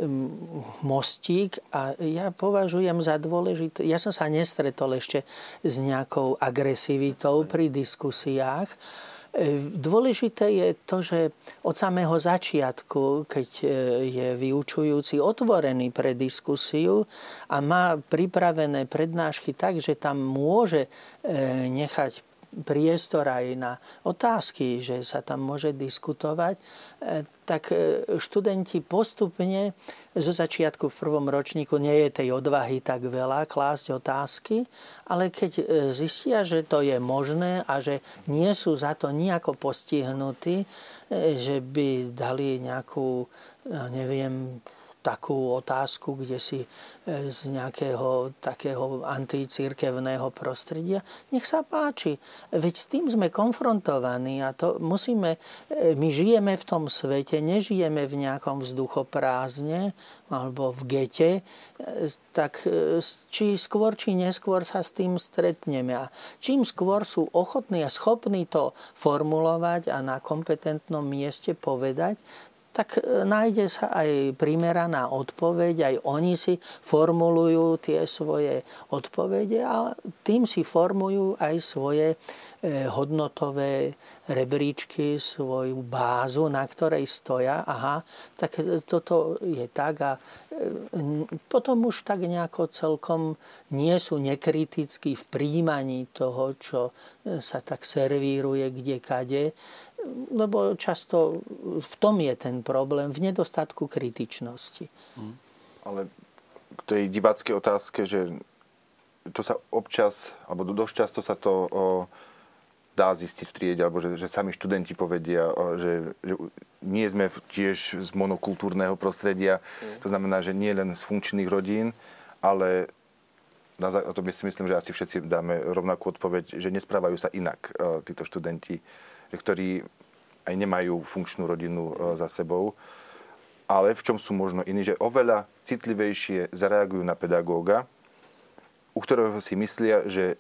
mostík a ja považujem za dôležité. Ja som sa nestretol ešte s nejakou agresivitou pri diskusiách. Dôležité je to, že od samého začiatku, keď je vyučujúci otvorený pre diskusiu a má pripravené prednášky tak, že tam môže nechať priestor aj na otázky, že sa tam môže diskutovať, tak študenti postupne zo začiatku v prvom ročníku nie je tej odvahy tak veľa klásť otázky, ale keď zistia, že to je možné a že nie sú za to nejako postihnutí, že by dali nejakú, ja neviem, takú otázku, kde si z nejakého takého anticirkevného prostredia. Nech sa páči. Veď s tým sme konfrontovaní a to musíme, my žijeme v tom svete, nežijeme v nejakom vzduchoprázdne alebo v gete, tak či skôr, či neskôr sa s tým stretneme. A čím skôr sú ochotní a schopní to formulovať a na kompetentnom mieste povedať, tak nájde sa aj primeraná odpoveď, aj oni si formulujú tie svoje odpovede a tým si formujú aj svoje hodnotové rebríčky, svoju bázu, na ktorej stoja. Aha, tak toto je tak a potom už tak nejako celkom nie sú nekritickí v príjmaní toho, čo sa tak servíruje kdekade, lebo často v tom je ten problém, v nedostatku kritičnosti. Ale k tej diváckej otázke, že to sa občas, alebo dosť často sa to o, dá zistiť v triede, alebo že, že sami študenti povedia, o, že, že nie sme tiež z monokultúrneho prostredia, mm. to znamená, že nie len z funkčných rodín, ale na, a to by si myslím, že asi všetci dáme rovnakú odpoveď, že nesprávajú sa inak o, títo študenti, ktorí aj nemajú funkčnú rodinu za sebou, ale v čom sú možno iní, že oveľa citlivejšie zareagujú na pedagóga, u ktorého si myslia, že,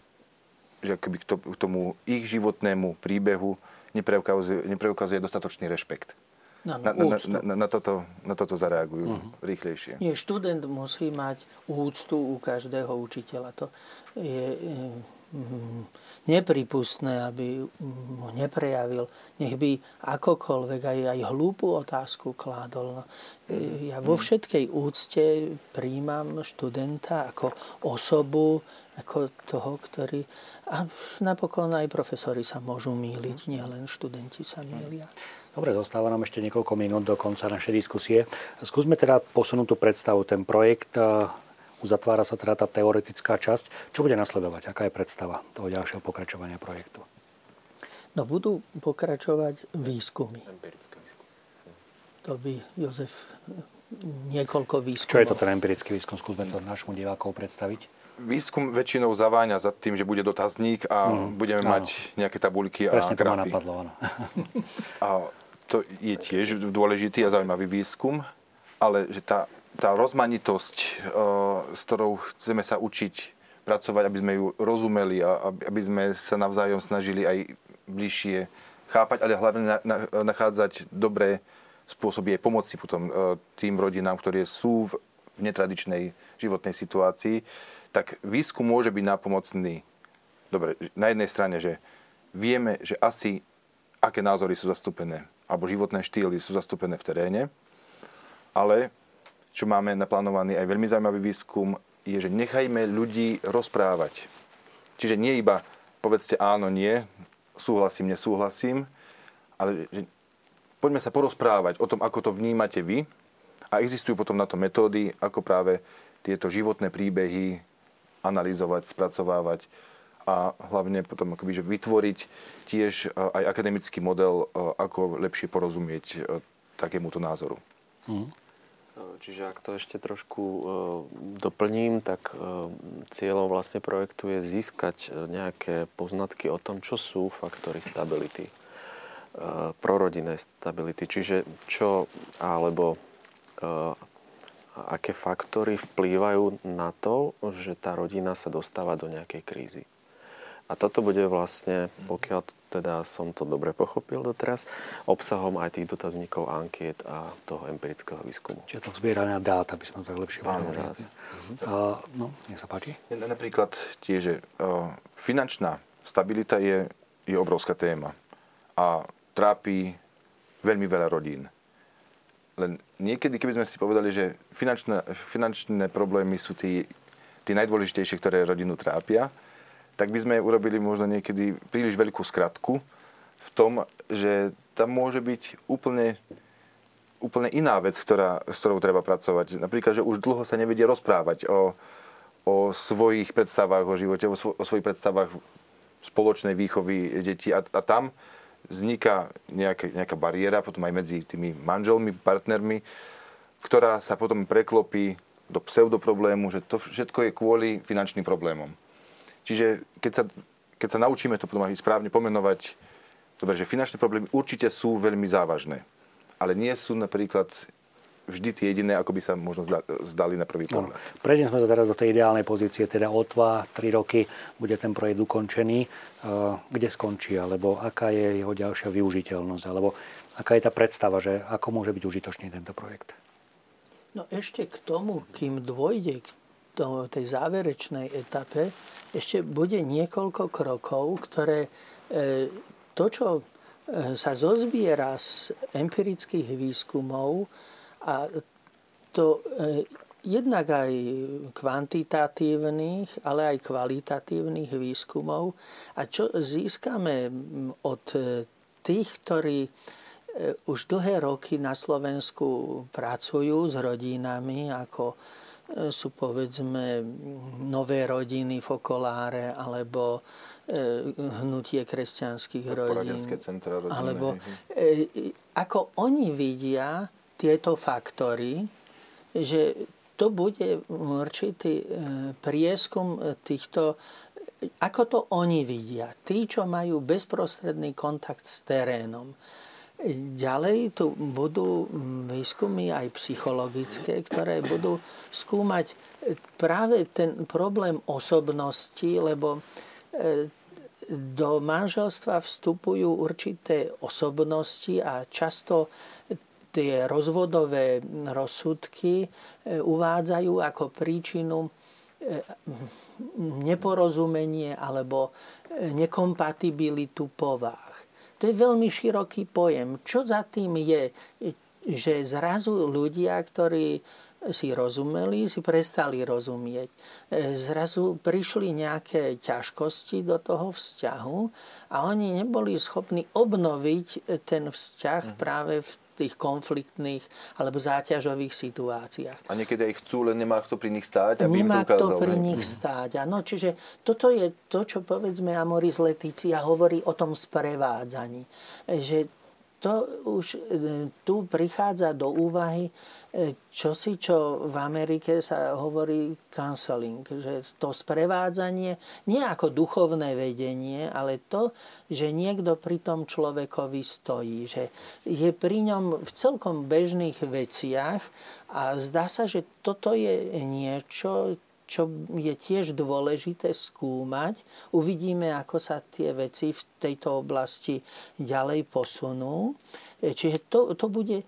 že akoby k tomu ich životnému príbehu nepreukazuje, nepreukazuje dostatočný rešpekt. No, no, na, na, na, na, na, toto, na toto zareagujú uh-huh. rýchlejšie. Nie, študent musí mať úctu u každého učiteľa. To je mm, nepripustné, aby mu neprejavil. Nech by akokoľvek aj, aj hlúpu otázku kládol. No, ja vo všetkej úcte prijímam študenta ako osobu, ako toho, ktorý... A napokon aj profesori sa môžu mýliť, nielen študenti sa mýlia. Dobre, zostáva nám ešte niekoľko minút do konca našej diskusie. Skúsme teda posunúť tú predstavu, ten projekt. Uzatvára sa teda tá teoretická časť. Čo bude nasledovať? Aká je predstava toho ďalšieho pokračovania projektu? No, budú pokračovať výskumy. Empirické výskumy. To by Jozef niekoľko výskumov. Čo je to ten empirický výskum? Skúsme to našmu divákov predstaviť. Výskum väčšinou zaváňa za tým, že bude dotazník a mm, budeme áno. mať nejaké tabuľky a Presne grafy. Presne to ma napadlo, áno. A to je tiež dôležitý a zaujímavý výskum, ale že tá, tá rozmanitosť, s ktorou chceme sa učiť pracovať, aby sme ju rozumeli a aby sme sa navzájom snažili aj bližšie chápať, ale hlavne nachádzať dobré spôsoby aj pomoci potom tým rodinám, ktoré sú v netradičnej životnej situácii, tak výskum môže byť nápomocný. Dobre, na jednej strane, že vieme, že asi aké názory sú zastúpené, alebo životné štýly sú zastúpené v teréne, ale čo máme naplánovaný aj veľmi zaujímavý výskum, je, že nechajme ľudí rozprávať. Čiže nie iba povedzte áno, nie, súhlasím, nesúhlasím, ale že poďme sa porozprávať o tom, ako to vnímate vy a existujú potom na to metódy, ako práve tieto životné príbehy analyzovať, spracovávať a hlavne potom akoby, že vytvoriť tiež aj akademický model, ako lepšie porozumieť takémuto názoru. Mm. Čiže ak to ešte trošku e, doplním, tak e, cieľom vlastne projektu je získať nejaké poznatky o tom, čo sú faktory stability, e, prorodinnej stability. Čiže čo alebo e, aké faktory vplývajú na to, že tá rodina sa dostáva do nejakej krízy. A toto bude vlastne, pokiaľ teda som to dobre pochopil doteraz, obsahom aj tých dotazníkov, ankiet a toho empirického výskumu. Čiže to zbierania dát, aby sme to tak lepšie povedali. Uh, no, nech sa páči. Napríklad tiež, že uh, finančná stabilita je, je obrovská téma a trápi veľmi veľa rodín. Len niekedy, keby sme si povedali, že finančné, finančné problémy sú tí, tí najdôležitejšie, ktoré rodinu trápia, tak by sme urobili možno niekedy príliš veľkú skratku v tom, že tam môže byť úplne, úplne iná vec, ktorá, s ktorou treba pracovať. Napríklad, že už dlho sa nevedie rozprávať o, o svojich predstavách o živote, o, svo, o svojich predstavách spoločnej výchovy detí. A, a tam vzniká nejaká, nejaká bariéra potom aj medzi tými manželmi, partnermi, ktorá sa potom preklopí do pseudoproblému, že to všetko je kvôli finančným problémom. Čiže keď sa, keď sa naučíme to potom aj správne pomenovať, dobre, že finančné problémy určite sú veľmi závažné, ale nie sú napríklad vždy tie jediné, ako by sa možno zdali na prvý pohľad. No. Prejdem sme sa teraz do tej ideálnej pozície, teda o dva tri roky bude ten projekt ukončený. Kde skončí, alebo aká je jeho ďalšia využiteľnosť, alebo aká je tá predstava, že ako môže byť užitočný tento projekt? No ešte k tomu, kým dôjde k tej záverečnej etape, ešte bude niekoľko krokov, ktoré to, čo sa zozbiera z empirických výskumov a to jednak aj kvantitatívnych, ale aj kvalitatívnych výskumov. A čo získame od tých, ktorí už dlhé roky na Slovensku pracujú s rodinami, ako sú povedzme Nové rodiny, Fokoláre, alebo Hnutie kresťanských rodín. Centra rodiny. Alebo ako oni vidia tieto faktory, že to bude určitý prieskum týchto, ako to oni vidia. Tí, čo majú bezprostredný kontakt s terénom. Ďalej tu budú výskumy aj psychologické, ktoré budú skúmať práve ten problém osobnosti, lebo do manželstva vstupujú určité osobnosti a často tie rozvodové rozsudky uvádzajú ako príčinu neporozumenie alebo nekompatibilitu pováh. To je veľmi široký pojem. Čo za tým je, že zrazu ľudia, ktorí si rozumeli, si prestali rozumieť. Zrazu prišli nejaké ťažkosti do toho vzťahu a oni neboli schopní obnoviť ten vzťah práve v tých konfliktných alebo záťažových situáciách. A niekedy aj chcú, len nemá kto pri nich stáť, aby nemá im to ukázal. Nemá kto pri nich stáť. Áno, čiže toto je to, čo povedzme Amoris Laetitia hovorí o tom sprevádzaní. Že to už tu prichádza do úvahy čosi, čo v Amerike sa hovorí counseling. Že to sprevádzanie nie ako duchovné vedenie, ale to, že niekto pri tom človekovi stojí. Že je pri ňom v celkom bežných veciach a zdá sa, že toto je niečo, čo je tiež dôležité skúmať. Uvidíme, ako sa tie veci v tejto oblasti ďalej posunú. Čiže to, to bude...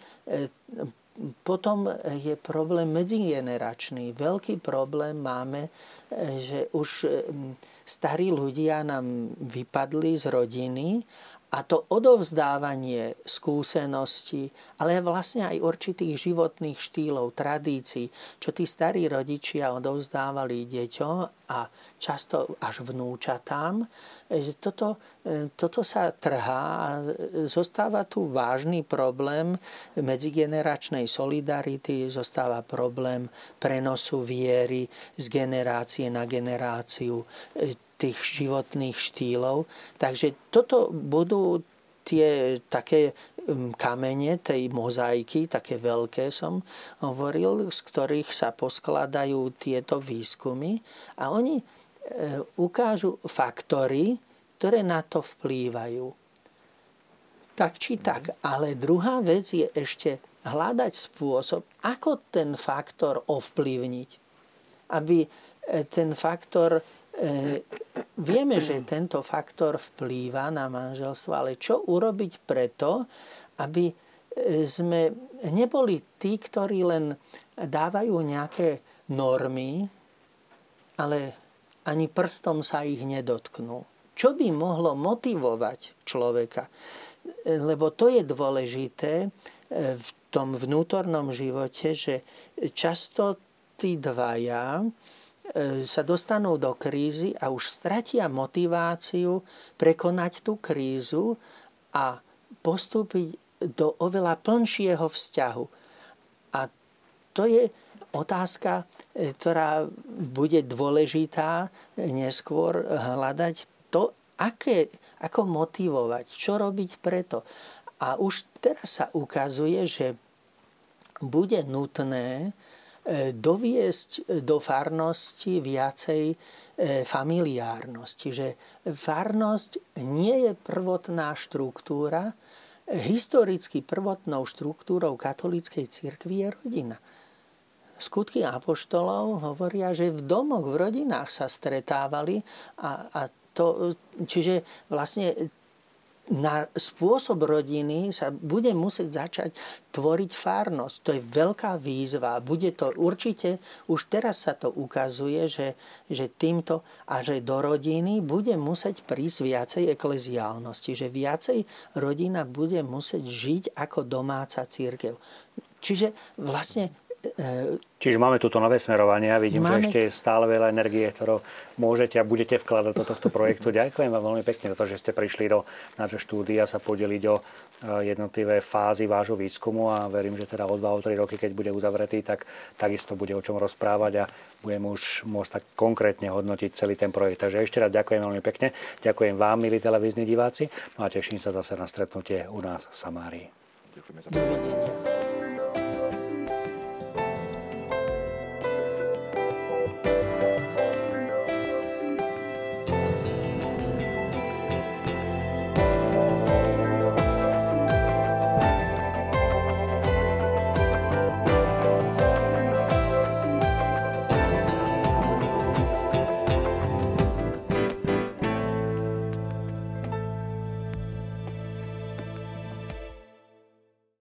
Potom je problém medzigeneračný. Veľký problém máme, že už starí ľudia nám vypadli z rodiny a to odovzdávanie skúseností, ale vlastne aj určitých životných štýlov, tradícií, čo tí starí rodičia odovzdávali deťom a často až vnúčatám, že toto, toto sa trhá a zostáva tu vážny problém medzigeneračnej solidarity, zostáva problém prenosu viery z generácie na generáciu, tých životných štýlov. Takže toto budú tie také kamene tej mozaiky, také veľké som hovoril, z ktorých sa poskladajú tieto výskumy a oni ukážu faktory, ktoré na to vplývajú. Tak či tak. Ale druhá vec je ešte hľadať spôsob, ako ten faktor ovplyvniť. Aby ten faktor... Vieme, že tento faktor vplýva na manželstvo, ale čo urobiť preto, aby sme neboli tí, ktorí len dávajú nejaké normy, ale ani prstom sa ich nedotknú. Čo by mohlo motivovať človeka? Lebo to je dôležité v tom vnútornom živote, že často tí dvaja sa dostanú do krízy a už stratia motiváciu prekonať tú krízu a postúpiť do oveľa plnšieho vzťahu. A to je otázka, ktorá bude dôležitá neskôr hľadať to, aké, ako motivovať, čo robiť preto. A už teraz sa ukazuje, že bude nutné doviesť do farnosti viacej familiárnosti. Že farnosť nie je prvotná štruktúra, historicky prvotnou štruktúrou katolíckej cirkvi je rodina. Skutky apoštolov hovoria, že v domoch, v rodinách sa stretávali a, a to, čiže vlastne na spôsob rodiny sa bude musieť začať tvoriť farnosť. To je veľká výzva. Bude to určite, už teraz sa to ukazuje, že, že týmto a že do rodiny bude musieť prísť viacej ekleziálnosti, že viacej rodina bude musieť žiť ako domáca cirkev. Čiže vlastne Čiže máme túto nové smerovanie a vidím, máme... že ešte je stále veľa energie, ktorú môžete a budete vkladať do tohto projektu. Ďakujem vám veľmi pekne za to, že ste prišli do nášho štúdia sa podeliť o jednotlivé fázy vášho výskumu a verím, že teda o dva, o tri roky, keď bude uzavretý, tak takisto bude o čom rozprávať a budem už môcť tak konkrétne hodnotiť celý ten projekt. Takže ešte raz ďakujem veľmi pekne. Ďakujem vám, milí televízni diváci, no a teším sa zase na stretnutie u nás v Samárii. Ďakujeme za Dovidenia.